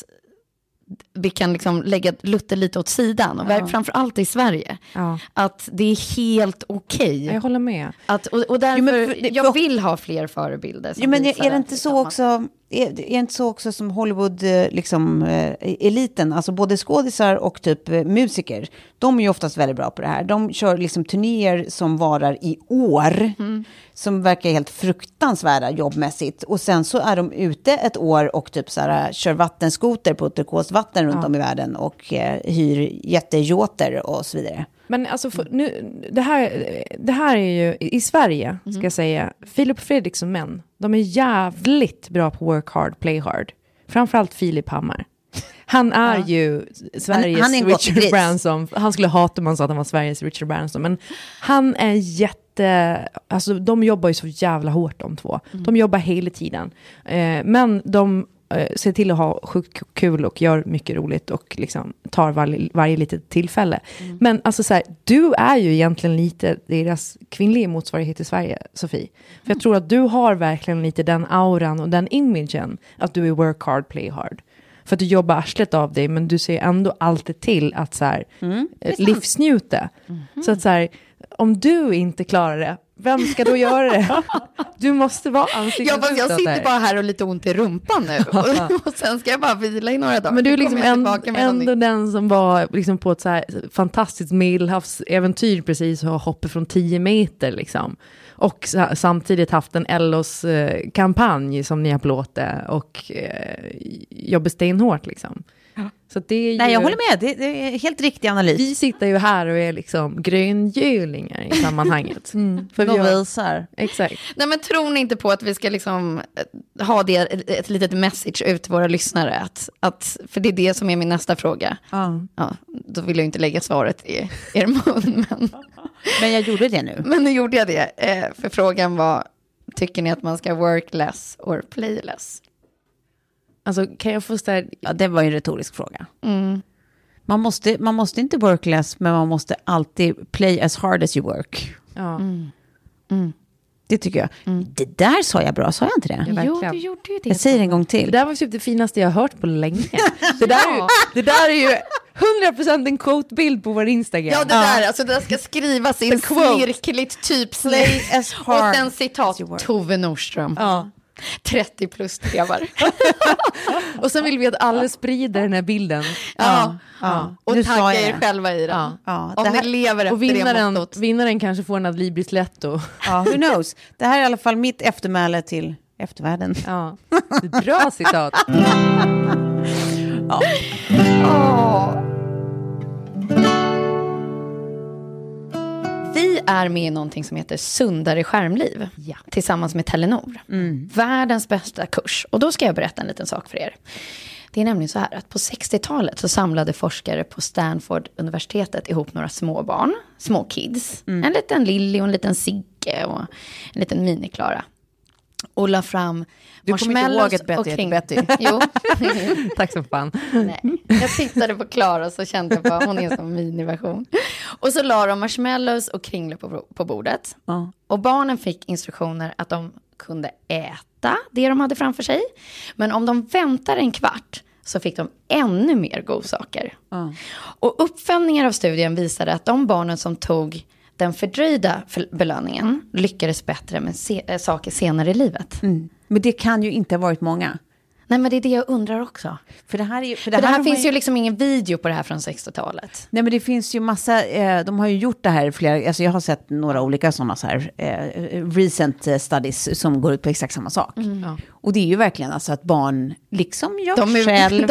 vi kan liksom lägga Luther lite åt sidan och framförallt i Sverige att det är helt okej. Jag håller med. Och därför, jag vill ha fler förebilder som men visar är det inte så också... Är inte så också som Hollywood liksom eliten, alltså både skådisar och typ musiker, de är ju oftast väldigt bra på det här. De kör liksom turnéer som varar i år, som verkar helt fruktansvärda jobbmässigt, och sen så är de ute ett år och typ så här kör vattenskoter på turkosvatten runt om i världen och hyr jätteyachter och så vidare. Men alltså nu, det här är ju i Sverige, ska jag säga, Filip och Fredrik som män, de är jävligt bra på work hard, play hard. Framförallt Filip Hammar. Han är ju Sveriges han är Richard Branson. Han skulle hata om man sa att han var Sveriges Richard Branson. Men han är alltså de jobbar ju så jävla hårt de två. De jobbar hela tiden. Men de ser till att ha sjukt kul och gör mycket roligt och liksom tar varje litet tillfälle. Men alltså så här, du är ju egentligen lite deras kvinnliga motsvarighet i Sverige, Sofie. För jag tror att du har verkligen lite den auran och den imagen att du är work hard, play hard. För att du jobbar arslet av dig, men du ser ändå alltid till att så här, livsnjuta. Så att så här, om du inte klarar det, vem ska då göra det? Du måste vara ansiktet. Jag sitter bara här och lite ont i rumpan nu. Och sen ska jag bara vila i några dagar. Men du är liksom ändå den som var liksom på ett så här fantastiskt medelhavsäventyr precis och hoppar från 10 meter liksom. Och samtidigt haft en LOs kampanj som ni har plåtit och jobbar stenhårt liksom. Så det är ju... Nej, jag håller med. Det är helt riktig analys. Vi sitter ju här och är liksom gröngölingar i sammanhanget. För vi visar. Exakt. Nej, men tror ni inte på att vi ska liksom ha det ett litet message ut till våra lyssnare? Att, för det är det som är min nästa fråga. Ja, då vill jag inte lägga svaret i er mun. Men jag gjorde det nu. Men nu gjorde jag det. För frågan var, tycker ni att man ska work less or play less? Alltså kan jag få ställa... Ja, det var ju en retorisk fråga. Man måste inte work less, men man måste alltid play as hard as you work. Ja. Det tycker jag. Det där sa jag bra, sa jag inte det? Ja, Jo, verkligen. du gjorde ju det. Jag säger en gång till. Det där var typ det finaste jag har hört på länge. Det där är ju 100% en quote-bild på vår Instagram. Ja, det där, alltså det där ska skrivas in snirkligt typ Play as hard. Och sen citat Tove Nordström. Ja. 30 plus trevar. Och sen vill vi att alla sprider den här bilden. Ja. Och Nu sa tagga jag er det. själva i den. Ja, Om det här, ni lever efter Och det mottot. vinnaren kanske får en adlibris lätt. Och... ja, who knows? Det här är i alla fall mitt eftermäle till eftervärlden. Ja, det är bra citat. Vi är med i någonting som heter Sundare skärmliv tillsammans med Telenor. Världens bästa kurs. Och då ska jag berätta en liten sak för er. Det är nämligen så här att på 60-talet så samlade forskare på Stanford-universitetet ihop några små barn, små kids. En liten Lilly och en liten Sigge och en liten Mini-Klara. Och la fram Du kommer inte ihåg ett Betty kring... Betty. Jo. Tack som fan. Nej. Jag tittade på Klara och så kände jag på hon är som miniversion. Och så la de marshmallows och kringlor på bordet. Och barnen fick instruktioner att de kunde äta det de hade framför sig. Men om de väntar en kvart så fick de ännu mer godsaker. Och uppföljningar av studien visade att de barnen som tog den fördröjda belöningen lyckades bättre med saker senare i livet. Men det kan ju inte ha varit många. Nej, men det är det jag undrar också. För det här, För det här finns ju liksom ingen video på det här från 60-talet. Nej, men det finns ju massa, de har ju gjort det här flera, alltså jag har sett några olika sådana så här recent studies som går ut på exakt samma sak. Och det är ju verkligen alltså att barn, liksom jag själv,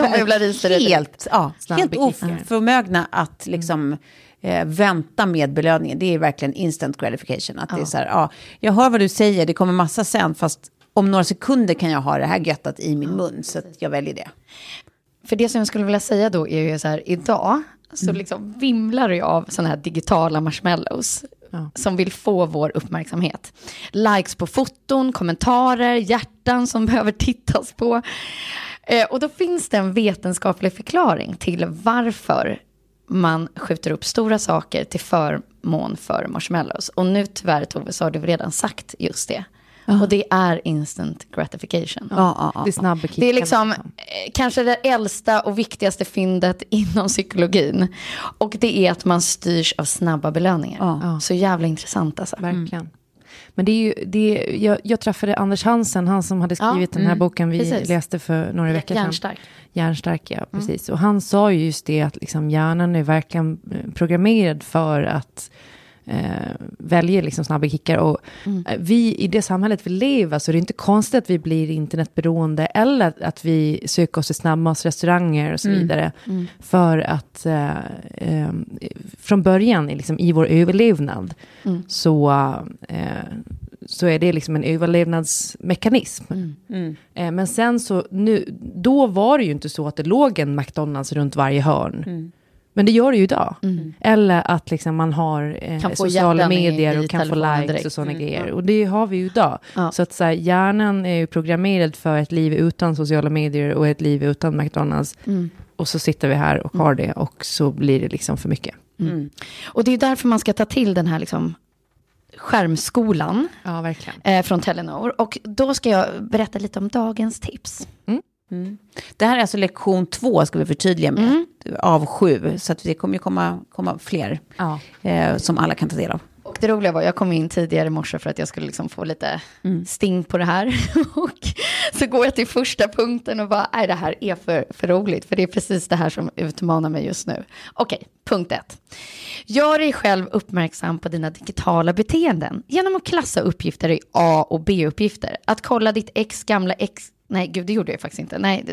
helt oförmögna att liksom vänta med belöningen. Det är verkligen instant gratification. Att det är så här, jag hör vad du säger, det kommer massa sen, fast om några sekunder kan jag ha det här göttat i min mun, så att jag väljer det. För det som jag skulle vilja säga då är ju så här, idag så liksom vimlar det av sådana här digitala marshmallows som vill få vår uppmärksamhet. Likes på foton, kommentarer, hjärtan som behöver tittas på. Och då finns det en vetenskaplig förklaring till varför man skjuter upp stora saker till förmån för marshmallows. Och nu tyvärr, Tove, så har du redan sagt just det. Och det är instant gratification. Det är snabba kickar. Det är liksom kanske det äldsta och viktigaste fyndet inom psykologin. Och det är att man styrs av snabba belöningar. Så jävla intressant alltså. Verkligen. Men det är ju, jag träffade Anders Hansen, han som hade skrivit den här boken vi läste för några veckor sedan. Hjärnstark, ja, precis. Och han sa ju just det att liksom hjärnan är verkligen programmerad för att väljer liksom snabba kickar och vi i det samhället vi lever, så det är inte konstigt att vi blir internetberoende eller att vi söker oss till snabbmatsrestauranger och så vidare för att från början liksom, i vår överlevnad så är det liksom en överlevnadsmekanism. Men sen så då var det ju inte så att det låg en McDonalds runt varje hörn. Men det gör det ju idag. Eller att liksom man har sociala medier och kan få likes direkt. Och sådana grejer. Och det har vi ju idag. Så att så här, hjärnan är ju programmerad för ett liv utan sociala medier och ett liv utan McDonalds. Och så sitter vi här och har det. Och så blir det liksom för mycket. Och det är därför man ska ta till den här liksom skärmskolan från Telenor. Och då ska jag berätta lite om dagens tips. Det här är alltså lektion 2, ska vi förtydliga med, av 7. Så att det kommer ju komma fler som alla kan ta del av. Och det roliga var, jag kom in tidigare i morse för att jag skulle liksom få lite sting på det här. Och så går jag till första punkten och bara, nej, det här är för roligt. För det är precis det här som utmanar mig just nu. Okej, punkt 1. Gör dig själv uppmärksam på dina digitala beteenden genom att klassa uppgifter i A- och B-uppgifter. Att kolla ditt gamla Nej, gud, det gjorde jag faktiskt inte. Nej,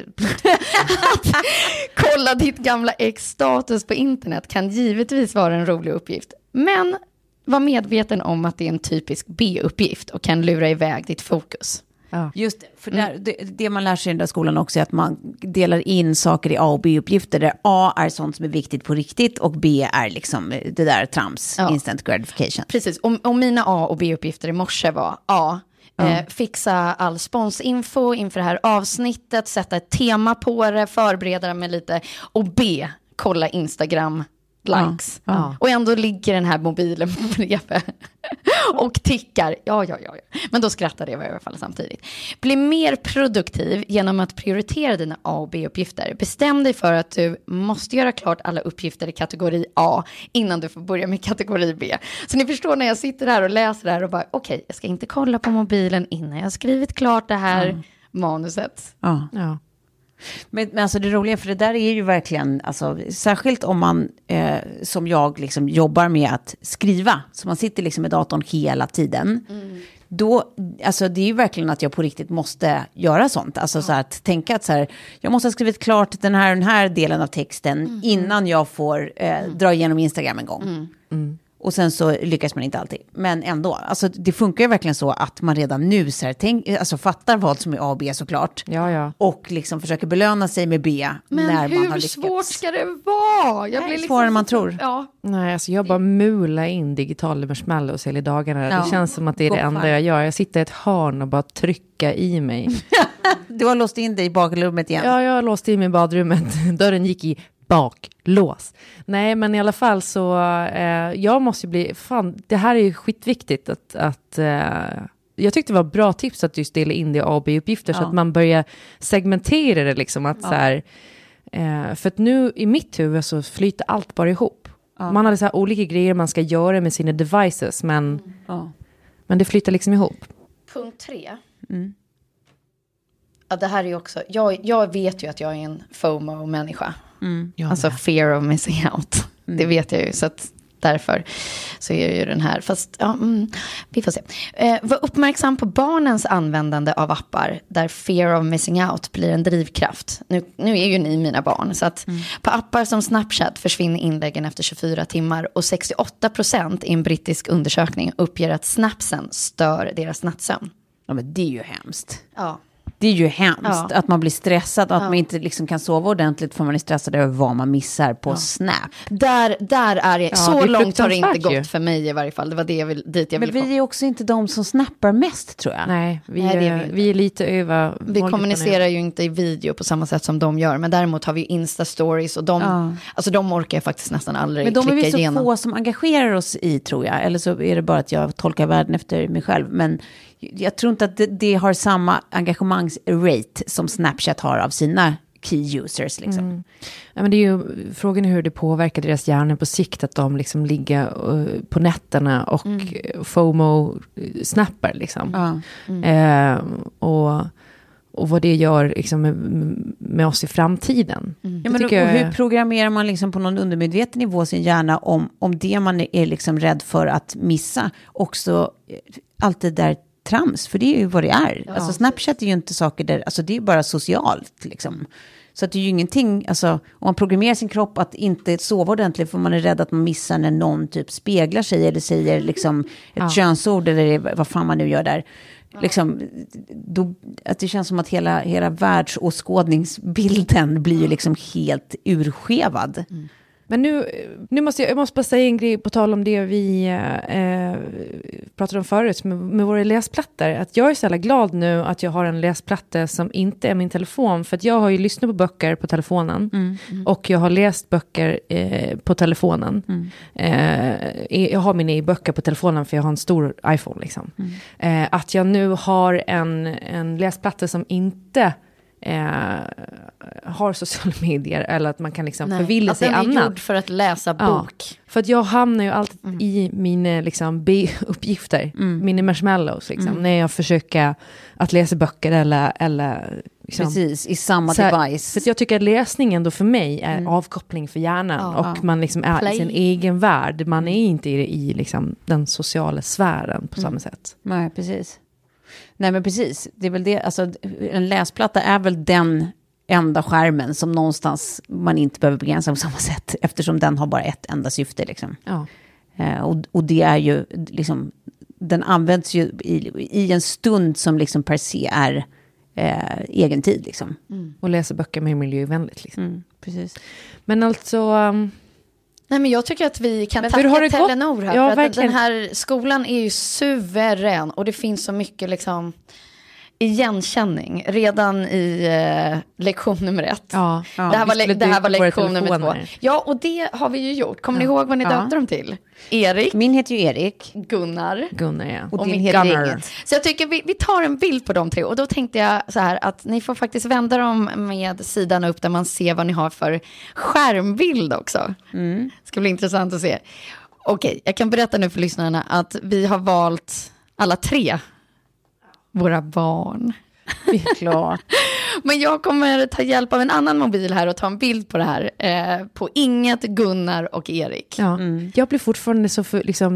att kolla ditt gamla ex-status på internet kan givetvis vara en rolig uppgift. Men var medveten om att det är en typisk B-uppgift och kan lura iväg ditt fokus. Ja. Just det, för det man lär sig i den där skolan också är att man delar in saker i A- och B-uppgifter, där A är sånt som är viktigt på riktigt och B är liksom det där trams, instant gratification. Precis, och mina A- och B-uppgifter i morse var A, fixa all sponsinfo inför det här avsnittet, sätta ett tema på det, förbereda mig lite, och B, kolla Instagram likes. Och ändå ligger den här mobilen bredvid och tickar. Ja. Men då skrattade jag i alla fall samtidigt. Bli mer produktiv genom att prioritera dina A- och B-uppgifter. Bestäm dig för att du måste göra klart alla uppgifter i kategori A innan du får börja med kategori B. Så ni förstår när jag sitter här och läser det här och bara okej, jag ska inte kolla på mobilen innan jag har skrivit klart det här manuset. Ja. Men alltså det roliga, för det där är ju verkligen, alltså, särskilt om man som jag liksom jobbar med att skriva, så man sitter liksom med datorn hela tiden, då, alltså det är ju verkligen att jag på riktigt måste göra sånt, alltså så att tänka att så här, jag måste ha skrivit klart den här delen av texten innan jag får dra igenom Instagram en gång. Och sen så lyckas man inte alltid. Men ändå, alltså det funkar ju verkligen så att man redan nu så här, alltså fattar vad som är A och B såklart. Ja. Och liksom försöker belöna sig med B när man har lyckats. Men hur svårt ska det vara? Jag blir svårare än man tror. Ja. Nej, alltså jag bara mular in digital marshmallows hela dagarna. Det känns som att det är det enda jag gör. Jag sitter i ett hörn och bara trycka i mig. Du har låst in dig i badrummet igen. Ja, jag har låst in mig i badrummet. Dörren gick i baklås. Nej, men i alla fall så jag måste bli, det här är ju skitviktigt att jag tyckte det var bra tips att du ställer in det i A- och B-uppgifter så att man börjar segmentera det liksom, att så här, för att nu i mitt huvud så flyter allt bara ihop. Man hade så här olika grejer man ska göra med sina devices, men det flyter liksom ihop. Punkt 3. Ja, det här är ju också, jag vet ju att jag är en FOMO-människa. Alltså fear of missing out. Det vet jag ju, så att därför så är ju den här. Fast vi får se. Var uppmärksam på barnens användande av appar där fear of missing out blir en drivkraft. Nu är ju ni mina barn, så att på appar som Snapchat försvinner inläggen efter 24 timmar och 68% i en brittisk undersökning uppger att snapsen stör deras nattsömn. Ja, men det är ju hemskt. Ja. Det är ju hemskt att man blir stressad och att man inte liksom kan sova ordentligt för man är stressad över vad man missar på Snap. Där är det, så långt har det inte gått för mig i varje fall. Det var det dit jag ville. Men vi är också inte de som snappar mest, tror jag. Nej, vi är lite över. Vi kommunicerar ju inte i video på samma sätt som de gör. Men däremot har vi Insta-stories och alltså de orkar jag faktiskt nästan aldrig klicka igenom. Men de är vi så få som engagerar oss i, tror jag. Eller så är det bara att jag tolkar världen efter mig själv. Men jag tror inte att det har samma engagemangsrate som Snapchat har av sina key users. Liksom. Ja, men det är ju frågan hur det påverkar deras hjärnor på sikt, att de liksom ligger på nätterna och FOMO-snappar. Liksom. Och vad det gör liksom, med oss i framtiden. Ja, men hur programmerar man liksom på någon undermedveten nivå sin hjärna om det man är liksom rädd för att missa också allt det där trams, för det är ju vad det är. Ja. Alltså Snapchat är ju inte saker där, alltså det är bara socialt liksom. Så att det är ju ingenting, alltså om man programmerar sin kropp att inte sova ordentligt för man är rädd att man missar när någon typ speglar sig eller säger liksom ett könsord eller vad fan man nu gör där. Liksom, då, att det känns som att hela världsåskådningsbilden blir ju liksom helt urskevad. Men nu måste jag måste bara säga en grej på tal om det vi pratade om förut med våra läsplattor. Att jag är så jävla glad nu att jag har en läsplatta som inte är min telefon. För att jag har ju lyssnat på böcker på telefonen. Och jag har läst böcker på telefonen. Jag har mina e-böcker på telefonen för jag har en stor iPhone. Liksom. Att jag nu har en läsplatta som inte har sociala medier eller att man kan liksom förvilla sig annat. Att den är gjord för att läsa bok. För att jag hamnar ju alltid i mina liksom B-uppgifter, mina marshmallows liksom, när jag försöker att läsa böcker eller liksom, precis, i samma device. Så att jag tycker att läsningen då för mig är avkoppling för hjärnan och man liksom är i sin egen värld. Man är inte i liksom den sociala sfären på samma sätt. Nej, precis. Nej men precis, det är väl det, alltså en läsplatta är väl den enda skärmen som någonstans man inte behöver begränsa på samma sätt, eftersom den har bara ett enda syfte liksom. Ja. Och det är ju liksom, den används ju i en stund som liksom per se är egen tid liksom. Och läsa böcker med miljövänligt liksom. Precis. Men alltså... Nej, men jag tycker att vi kan men tacka Telenor här. Ja, för att den här skolan är ju suverän. Och det finns så mycket liksom igenkänning. Redan i lektion nummer 1. Ja, det här var lektion nummer 2. Ja, och det har vi ju gjort. Kommer ni ihåg vad ni döpte dem till? Erik. Min heter ju Erik. Gunnar, ja. Och din heter inget. Så jag tycker vi tar en bild på de 3. Och då tänkte jag så här att ni får faktiskt vända dem med sidan upp där man ser vad ni har för skärmbild också. Ska bli intressant att se. Okej, jag kan berätta nu för lyssnarna att vi har valt alla 3 våra barn. Det är klart. Men jag kommer ta hjälp av en annan mobil här och ta en bild på det här. På Inget, Gunnar och Erik. Ja. Jag blir fortfarande så för, liksom,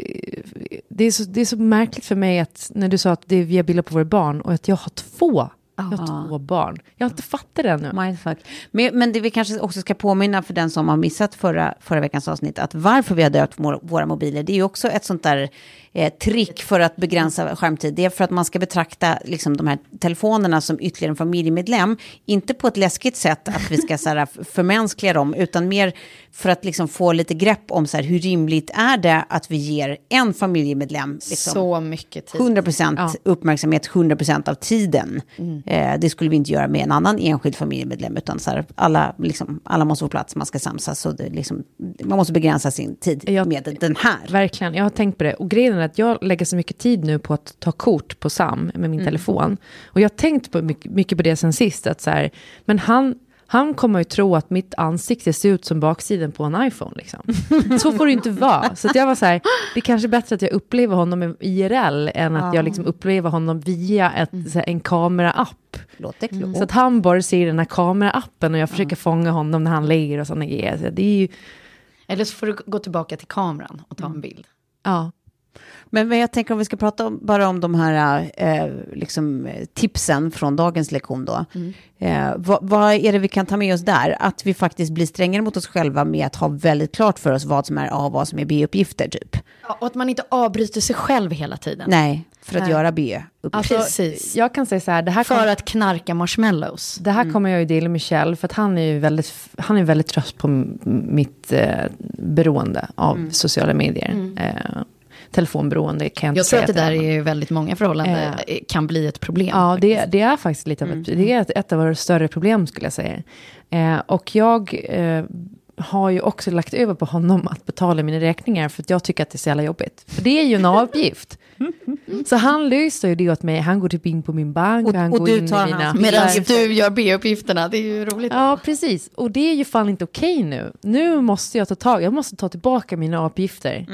det är så märkligt för mig att när du sa att det är via bilder på våra barn och att jag har 2. Jag har 2 barn. Jag har inte fattat det ännu. Mindfuck. Men det vi kanske också ska påminna för den som har missat förra veckans avsnitt, att varför vi har döpt våra mobiler, det är ju också ett sånt där trick för att begränsa skärmtid. Det är för att man ska betrakta liksom, de här telefonerna som ytterligare en familjemedlem. Inte på ett läskigt sätt att vi ska så här, förmänskliga dem, utan mer för att liksom, få lite grepp om så här, hur rimligt är det att vi ger en familjemedlem liksom, så mycket tid. 100% uppmärksamhet, 100% av tiden. Det skulle vi inte göra med en annan enskild familjemedlem, utan så här, alla måste få plats, man ska samsas, så det, liksom, man måste begränsa sin tid med den här. Verkligen, jag har tänkt på det. Och grejen är att jag lägger så mycket tid nu på att ta kort på Sam med min telefon. Och jag har tänkt på mycket på det sen sist, att så här, men han kommer ju tro att mitt ansikte ser ut som baksidan på en iPhone. Liksom. Så får det ju inte vara. Så att jag var så här, det är kanske bättre att jag upplever honom i IRL än att jag liksom upplever honom via en kameraapp. Låter klokt. Så att han bara ser den här kameraappen och jag försöker fånga honom när han lägger och sådana grejer. Så det är ju... Eller så får du gå tillbaka till kameran och ta en bild. Ja. Men jag tänker om vi ska prata bara om de här liksom, tipsen från dagens lektion då. Vad är det vi kan ta med oss där? Att vi faktiskt blir strängare mot oss själva med att ha väldigt klart för oss vad som är A och vad som är B-uppgifter typ. Ja, och att man inte avbryter sig själv hela tiden. Nej, för att göra B-uppgifter. Alltså, precis. Jag kan säga så här, det här för att knarka marshmallows. Det här kommer jag ju dela med Kjell, för att han är väldigt trött på mitt beroende av sociala medier. Telefonberoende kan jag inte säga. Jag tror att det där är väldigt många förhållanden kan bli ett problem. Ja, det är faktiskt lite av ett av våra större problem, skulle jag säga. Och jag har ju också lagt över på honom att betala mina räkningar, för att jag tycker att det är så jävla jobbigt. För det är ju en avgift. Så han löser ju det åt mig. Han går in på min bank och han går in i mina... Medan du gör B-uppgifterna, det är ju roligt. Ja, precis. Och det är ju fan inte okej nu. Nu måste jag jag måste ta tillbaka mina A-uppgifter.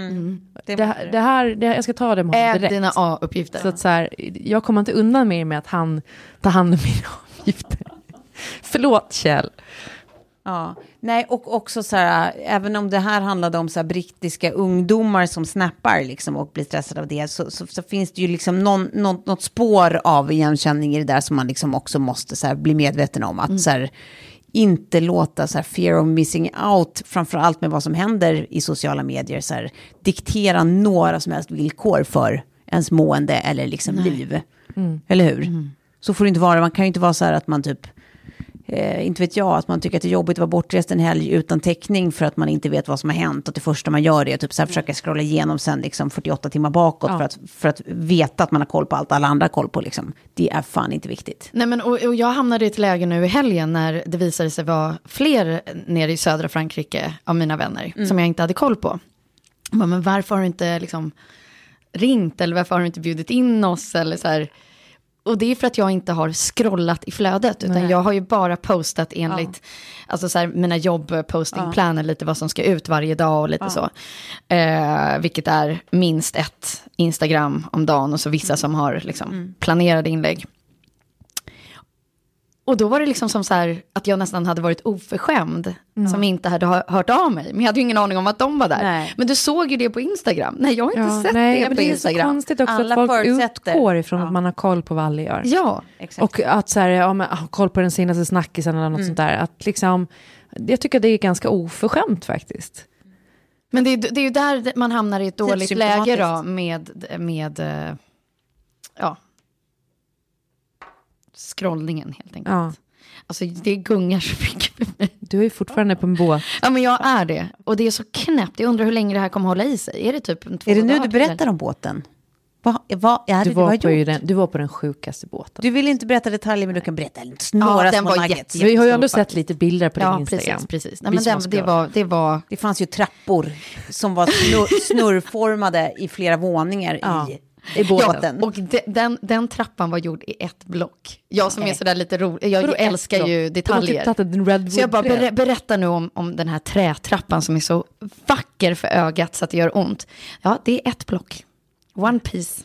Jag ska ta dem direkt. Dina A-uppgifter. Så här, jag kommer inte undan med att han tar hand om mina avgifter. Förlåt, Kjell. Ja, nej, och också så här, även om det här handlade om så här brittiska ungdomar som snappar liksom och blir stressade av det, så finns det ju liksom något spår av igenkänning i det där som man liksom också måste så här bli medveten om, att så här, inte låta så här fear of missing out, framförallt med vad som händer i sociala medier, så här, diktera några som helst villkor för ens mående eller liksom liv. Eller hur? Så får det inte vara. Man kan ju inte vara så här att man typ inte vet jag, att man tycker att det är jobbigt att vara bortrest en helg utan täckning för att man inte vet vad som har hänt, och det första man gör är typ så här, försöka scrolla igenom sen liksom 48 timmar bakåt för att veta att man har koll på allt alla andra har koll på liksom. Det är fan inte viktigt. Nej, men och jag hamnade i ett läge nu i helgen när det visade sig vara fler nere i södra Frankrike av mina vänner som jag inte hade koll på. Men varför har du inte liksom ringt, eller varför har du inte bjudit in oss, eller så här. Och det är för att jag inte har scrollat i flödet, utan jag har ju bara postat enligt alltså så här, mina jobb-postingplaner, lite vad som ska ut varje dag och lite så. Vilket är minst ett Instagram om dagen, och så vissa som har liksom planerade inlägg. Och då var det liksom som så här att jag nästan hade varit oförskämd som inte hade hört av mig. Men jag hade ju ingen aning om att de var där. Nej. Men du såg ju det på Instagram. Nej, jag har inte sett det på Instagram. Det är så konstigt också alla att folk utgår ifrån att man har koll på vad alla gör. Ja, exakt. Och att så här, koll på den senaste snackisen eller något sånt där. Att liksom, jag tycker det är ganska oförskämt faktiskt. Men det är ju där man hamnar i ett dåligt läge då med scrollningen helt enkelt. Ja. Alltså det gungar så mycket för mig. Du är ju fortfarande på en båt. Ja, men jag är det. Och det är så knäppt. Jag undrar hur länge det här kommer hålla i sig. Är det typ 2 dagar? Är det nu du berättar om båten? Du var på den sjukaste båten. Du vill inte berätta detaljer, men du kan berätta några små nuggets. Vi har ju ändå sett lite bilder på din Instagram. Precis. Nej, men det fanns ju trappor som var snurrformade i flera våningar i båten. Ja, och den trappan var gjord i ett block. Jag som är sådär lite rolig, jag älskar ju detaljer. Så jag bara berättar nu om den här trätrappan som är så vacker för ögat så att det gör ont. Ja, det är ett block. One piece.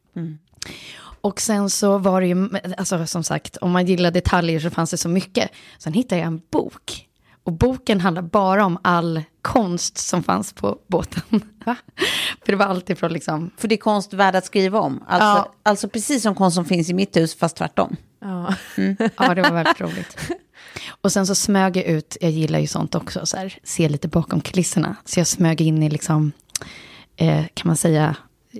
Och sen så var det ju, alltså som sagt, om man gillar detaljer så fanns det så mycket. Sen hittade jag en bok. Och boken handlar bara om all konst som fanns på båten. Va? För det var alltid från liksom... För det är konst värd att skriva om. Alltså precis som konst som finns i mitt hus, fast tvärtom. Ja, ja det var väldigt roligt. Och sen så smög jag ut, jag gillar ju sånt också, så här, se lite bakom kulisserna. Så jag smög in i liksom, kan man säga,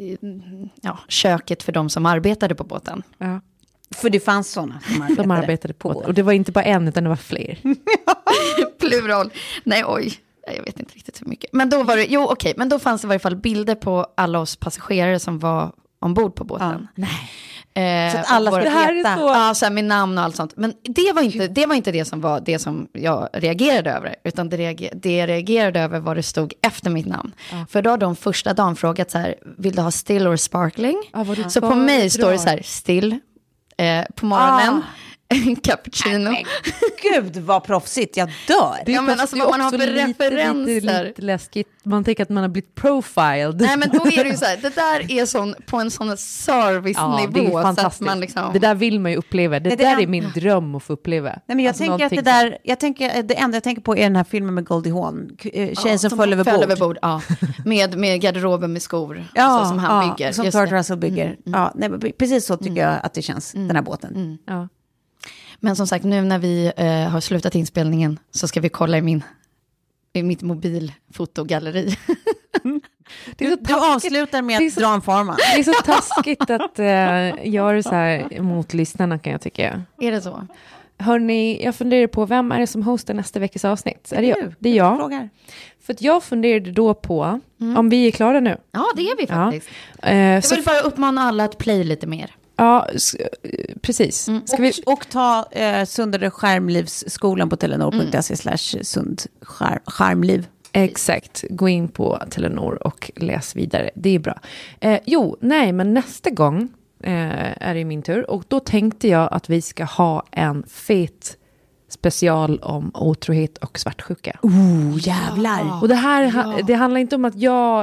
köket för de som arbetade på båten. Ja. För det fanns sådana som arbetade på. Och det var inte bara en, utan det var fler. Plural. Nej, jag vet inte riktigt hur mycket. Men då var det, men då fanns det i varje fall bilder på alla oss passagerare som var ombord på båten. Ja. Nej. Så att alla skulle veta. Ja, så här med namn och allt sånt. Men det var inte det som var det som jag reagerade över. Utan det jag reagerade över var det stod efter mitt namn. Ja. För då har de första dagen frågat så här, vill du ha still or sparkling? Så på mig står det så här, still. På morgonen cappuccino. Men gud vad proffsigt, jag dör. Ja, men alltså vad man har för referenser. Lite läskigt. Man tänker att man har blivit profiled. Nej, men då är det ju så här, det där är på en sån servicenivå. Ja, så att man liksom... Det där vill man ju uppleva. Det där är min dröm att få uppleva. Nej, men jag tänker att det enda jag tänker på är den här filmen med Goldie Hawn. Tjejen som föll överbord. Ja. Med garderoben med skor. Så, som han bygger. Som Kurt Russell bygger. Ja, nej, precis så tycker jag att det känns, den här båten. Ja. Men som sagt, nu när vi har slutat inspelningen så ska vi kolla i mitt mobilfotogalleri. Du avslutar med att dra en forma. Det är så taskigt att göra så här mot lyssnarna, kan jag tycka. Är det så? Hörrni, jag funderar på vem är det som hostar nästa veckas avsnitt? Är det jag? Det är jag. Frågar. För att jag funderade då på om vi är klara nu. Ja, det är vi faktiskt. Jag vill bara uppmana alla att play lite mer. Ja, precis. Och ta Sundare skärmlivsskolan på telenor.se/sundskärmliv. Exakt, gå in på Telenor och läs vidare. Det är bra. Men nästa gång är det min tur. Och då tänkte jag att vi ska ha en fet special om otrohet och svartsjuka. Jävlar! Och det handlar inte om att jag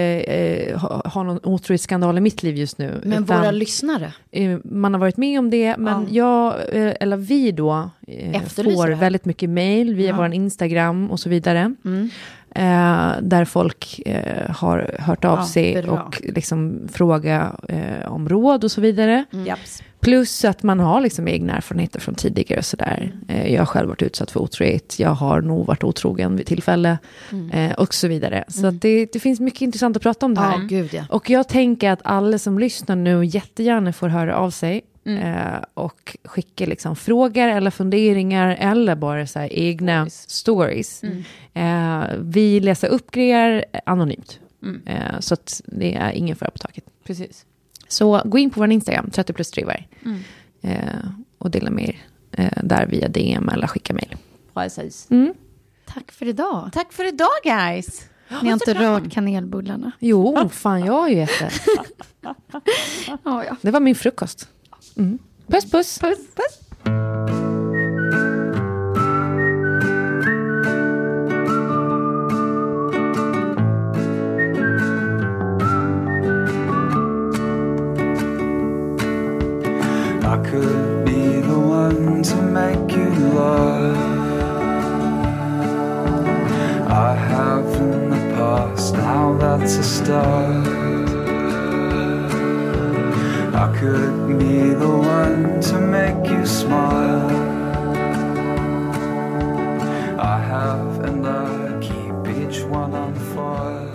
har någon otrohetsskandal i mitt liv just nu. Men våra lyssnare? Man har varit med om det, men vi då får väldigt mycket mejl via vår Instagram och så vidare. Där folk har hört av sig och liksom fråga om råd och så vidare. Plus att man har liksom egna erfarenheter från tidigare och sådär. Jag har själv varit utsatt för otrohet. Jag har nog varit otrogen vid tillfälle och så vidare. Så att det finns mycket intressant att prata om det här. Gud, ja. Och jag tänker att alla som lyssnar nu jättegärna får höra av sig. Och skicka liksom frågor eller funderingar eller bara så här egna stories. Vi läser upp grejer anonymt. Så att det är ingen fara på taket. Precis. Så gå in på vår Instagram 30+drivar och dela med där via DM eller skicka mejl. Precis. Tack för idag. Tack för idag, guys. Ni har inte rört kanelbullarna. Jo, fan, jag har ju ätit. Det var min frukost. Puss, puss. Puss, puss. I could be the one to make to start. I could be the one to make you smile. I have and I keep each one on fire.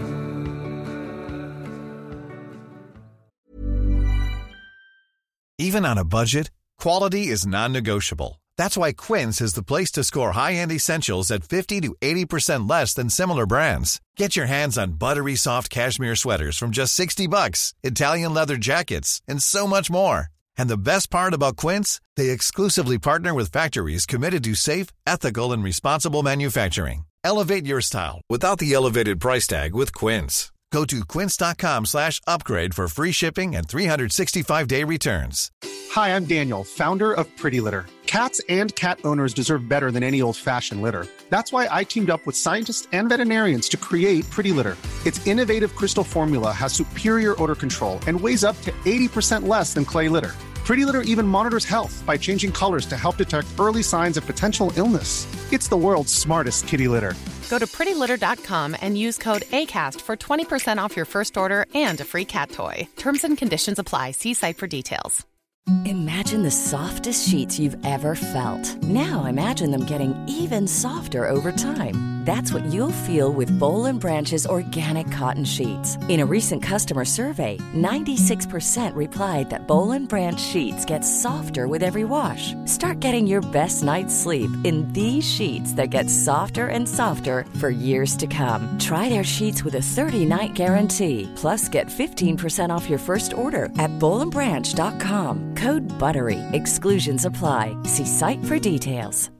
Even on a budget, quality is non-negotiable. That's why Quince is the place to score high-end essentials at 50 to 80% less than similar brands. Get your hands on buttery soft cashmere sweaters from just $60, Italian leather jackets, and so much more. And the best part about Quince, they exclusively partner with factories committed to safe, ethical, and responsible manufacturing. Elevate your style without the elevated price tag with Quince. Go to quince.com/upgrade for free shipping and 365-day returns. Hi, I'm Daniel, founder of Pretty Litter. Cats and cat owners deserve better than any old-fashioned litter. That's why I teamed up with scientists and veterinarians to create Pretty Litter. Its innovative crystal formula has superior odor control and weighs up to 80% less than clay litter. Pretty Litter even monitors health by changing colors to help detect early signs of potential illness. It's the world's smartest kitty litter. Go to prettylitter.com and use code ACAST for 20% off your first order and a free cat toy. Terms and conditions apply. See site for details. Imagine the softest sheets you've ever felt. Now imagine them getting even softer over time. That's what you'll feel with Boll & Branch's organic cotton sheets. In a recent customer survey, 96% replied that Boll & Branch sheets get softer with every wash. Start getting your best night's sleep in these sheets that get softer and softer for years to come. Try their sheets with a 30-night guarantee. Plus, get 15% off your first order at bollandbranch.com. Code BUTTERY. Exclusions apply. See site for details.